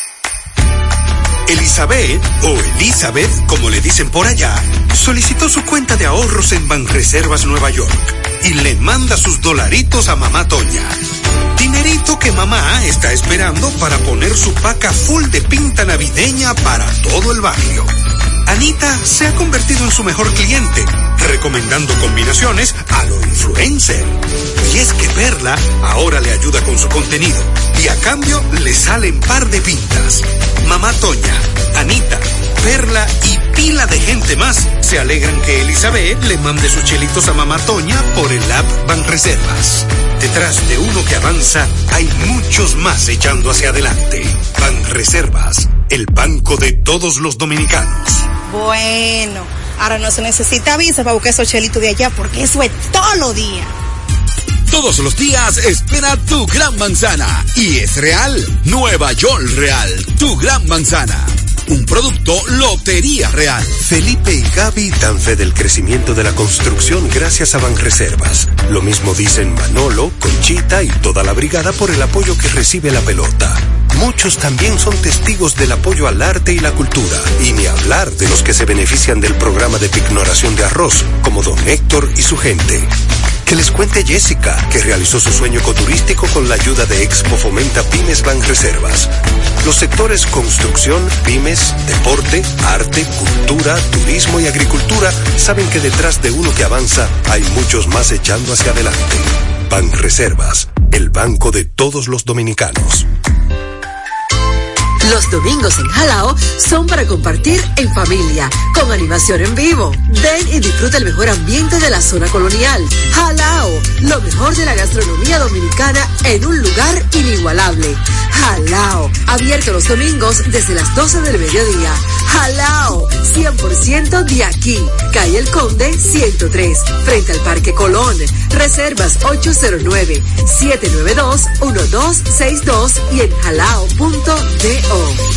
S16: Elizabeth, o Elizabeth, como le dicen por allá, solicitó su cuenta de ahorros en Banreservas Nueva York y le manda sus dolaritos a mamá Toña. Dinerito que mamá está esperando para poner su paca full de pinta navideña para todo el barrio. Anita se ha convertido en su mejor cliente, recomendando combinaciones a lo influencer. Y es que Perla ahora le ayuda con su contenido y a cambio le salen par de pintas. Mamá Toña, Anita, Perla y pila de gente más se alegran que Elizabeth le mande sus chelitos a mamá Toña por el app Banreservas. Detrás de uno que avanza hay muchos más echando hacia adelante. Banreservas, el banco de todos los dominicanos.
S14: Bueno, ahora no se necesita visa para buscar esos chelitos de allá porque eso es todos los días.
S17: Todos los días espera tu gran manzana. Y es real. Nueva York Real, tu gran manzana. Un producto Lotería Real.
S19: Felipe y Gaby dan fe del crecimiento de la construcción gracias a Banreservas. Lo mismo dicen Manolo, Conchita y toda la brigada por el apoyo que recibe la pelota. Muchos también son testigos del apoyo al arte y la cultura. Y ni hablar de los que se benefician del programa de pignoración de arroz, como don Héctor y su gente. Que les cuente Jessica, que realizó su sueño ecoturístico con la ayuda de Expo Fomenta Pymes Banreservas. Los sectores construcción, pymes, deporte, arte, cultura, turismo y agricultura saben que detrás de uno que avanza hay muchos más echando hacia adelante. Banreservas, el banco de todos los dominicanos.
S26: Los domingos en Jalao son para compartir en familia, con animación en vivo. Ven y disfruta el mejor ambiente de la zona colonial. Jalao, lo mejor de la gastronomía dominicana en un lugar inigualable. Jalao, abierto los domingos desde las doce del mediodía. Jalao, cien por ciento de aquí. Calle El Conde ciento tres, frente al Parque Colón. Reservas ocho cero nueve, siete nueve dos, uno dos seis dos y en jalao punto do.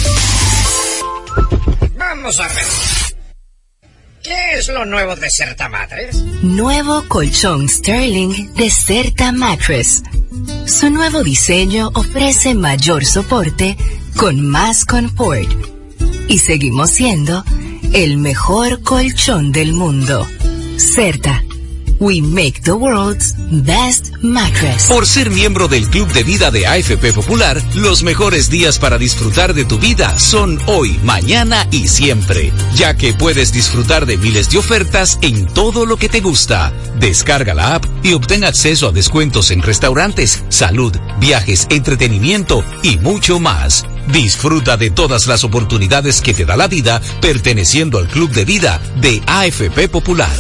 S4: Vamos a ver. ¿Qué es lo nuevo de Certa Mattress?
S20: Nuevo colchón Sterling de Certa Mattress. Su nuevo diseño ofrece mayor soporte
S26: con más confort. Y seguimos siendo el mejor colchón del mundo. Certa. We make the world's best mattress.
S1: Por ser miembro del Club de Vida de A F P Popular, los mejores días para disfrutar de tu vida son hoy, mañana y siempre, ya que puedes disfrutar de miles de ofertas en todo lo que te gusta. Descarga la app y obtén acceso a descuentos en restaurantes, salud, viajes, entretenimiento y mucho más. Disfruta de todas las oportunidades que te da la vida perteneciendo al Club de Vida de A F P Popular.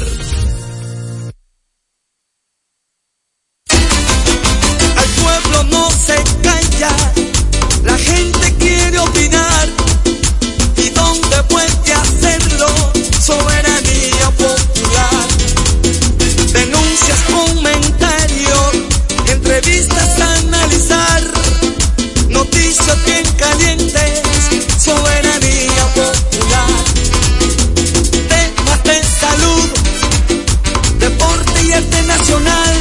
S25: No se calla, la gente quiere opinar. ¿Y dónde puede hacerlo? Soberanía popular. Denuncias, comentarios, entrevistas a analizar, noticias bien calientes. Soberanía popular. Temas de salud, deporte y arte nacional.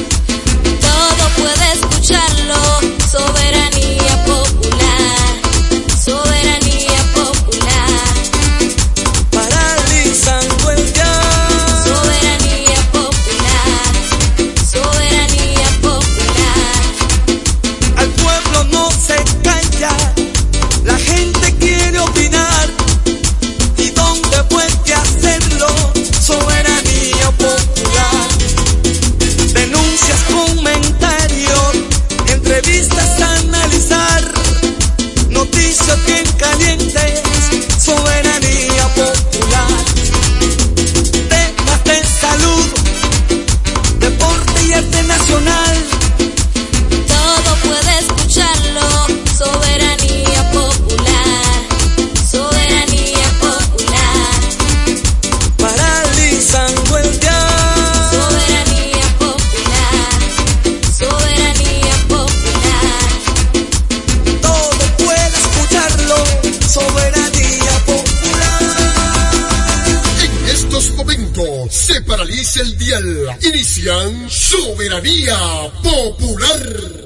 S3: Puede escucharlo, soberanía popular, soberanía popular.
S25: Paralizando el ya.
S3: Soberanía popular, soberanía popular.
S25: Al pueblo no se calla, la gente quiere opinar. ¿Y dónde puede hacerlo? Soberanía popular. Denuncias, comentarios, entrevistas a analizar, noticias bien calientes. Soberanía popular. Temas de salud, deporte y arte nacional.
S3: Todo puede escucharlo, soberanía popular, soberanía popular.
S25: Paralizando el ya.
S3: Soberanía popular, soberanía popular.
S25: Todo puede escucharlo, soberanía popular.
S5: En estos momentos se paraliza el dial. Inician Soberanía Popular.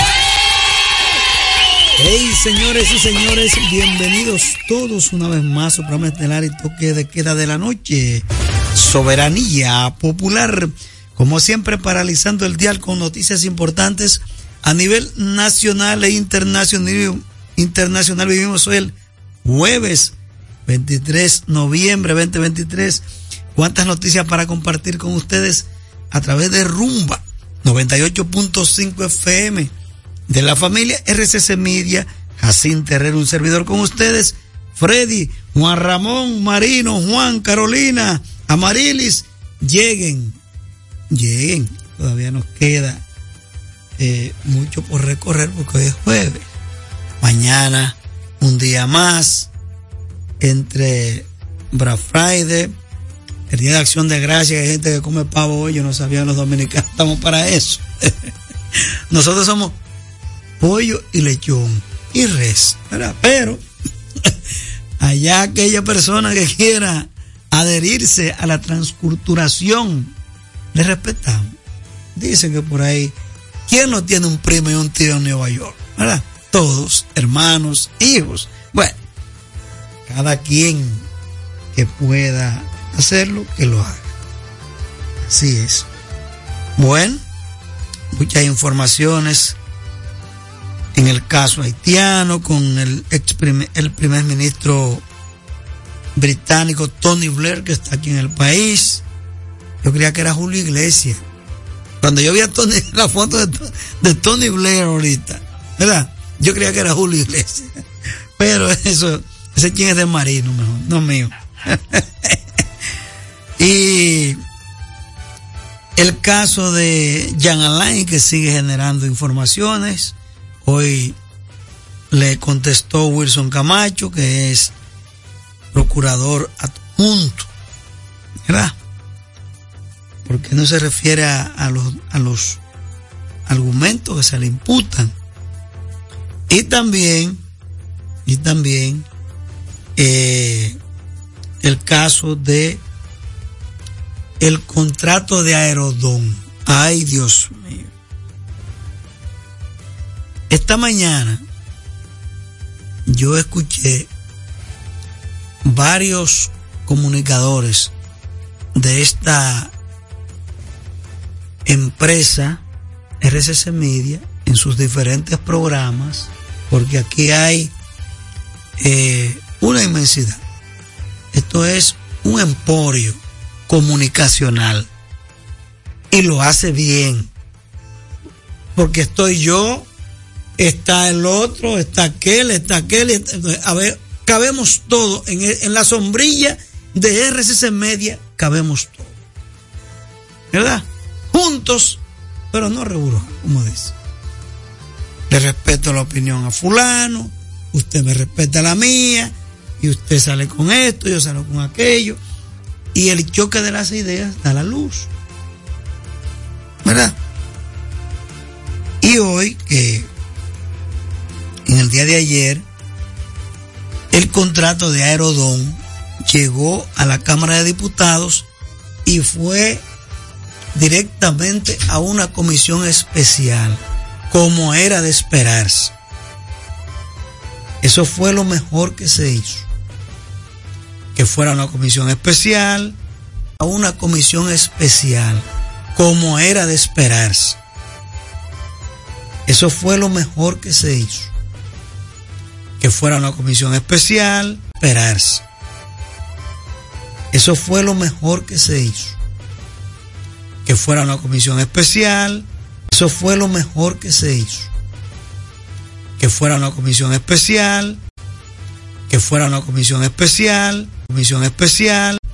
S7: Hey, señores y señores, bienvenidos todos una vez más a su programa estelar y toque de queda de la noche. Soberanía Popular. Como siempre, paralizando el dial con noticias importantes a nivel nacional e internacional. Internacional vivimos hoy el jueves veintitrés de noviembre de veinte veintitrés. ¿Cuántas noticias para compartir con ustedes a través de Rumba noventa y ocho punto cinco F M de la familia R C C Media? Jacinto Herrera, un servidor con ustedes, Freddy, Juan Ramón, Marino, Juan, Carolina, Amarilis. Lleguen, lleguen, todavía nos queda eh, mucho por recorrer porque hoy es jueves. Mañana un día más entre Black Friday, el Día de Acción de Gracias. Hay gente que come pavo hoy, yo no sabía, los dominicanos estamos para eso. Nosotros somos pollo y lechón y res, ¿verdad? Pero allá aquella persona que quiera adherirse a la transculturación, le respetamos. Dicen que por ahí, ¿quién no tiene un primo y un tío en Nueva York? ¿Verdad? Todos, hermanos, hijos. Bueno, cada quien que pueda hacerlo, que lo haga. Así es. Bueno, muchas informaciones en el caso haitiano con el ex primer, el primer ministro británico Tony Blair, que está aquí en el país. Yo creía que era Julio Iglesias. Cuando yo vi a Tony, la foto de, de Tony Blair ahorita, ¿verdad? Yo creía que era Julio Iglesias. Pero eso, ese quien es de Marino, mejor, no mío. Y el caso de Jean Alain, que sigue generando informaciones. Hoy le contestó Wilson Camacho, que es procurador adjunto, ¿verdad? Porque no se refiere a, a, los, a los argumentos que se le imputan. Y también, y también eh, el caso de el contrato de Aerodón. Ay, Dios mío. Esta mañana yo escuché varios comunicadores de esta empresa R C C Media en sus diferentes programas, porque aquí hay eh, una inmensidad. Esto es un emporio comunicacional y lo hace bien, porque estoy yo, está el otro, está aquel, está aquel, está, a ver, cabemos todo en, en la sombrilla de R C C Media, cabemos todo, ¿verdad? Juntos, pero no reburujos, como dice. Le respeto la opinión a fulano, usted me respeta la mía, y usted sale con esto, yo salgo con aquello, y el choque de las ideas da la luz, ¿verdad? Y hoy, que en el día de ayer, el contrato de Aerodón llegó a la Cámara de Diputados y fue directamente a una comisión especial, como era de esperarse. Eso fue lo mejor que se hizo, que fuera una comisión especial, a una comisión especial, como era de esperarse. Eso fue lo mejor que se hizo, que fuera una comisión especial, esperarse. Eso fue lo mejor que se hizo, que fuera una comisión especial. Eso fue lo mejor que se hizo, que fuera una comisión especial, que fuera una comisión especial, comisión especial,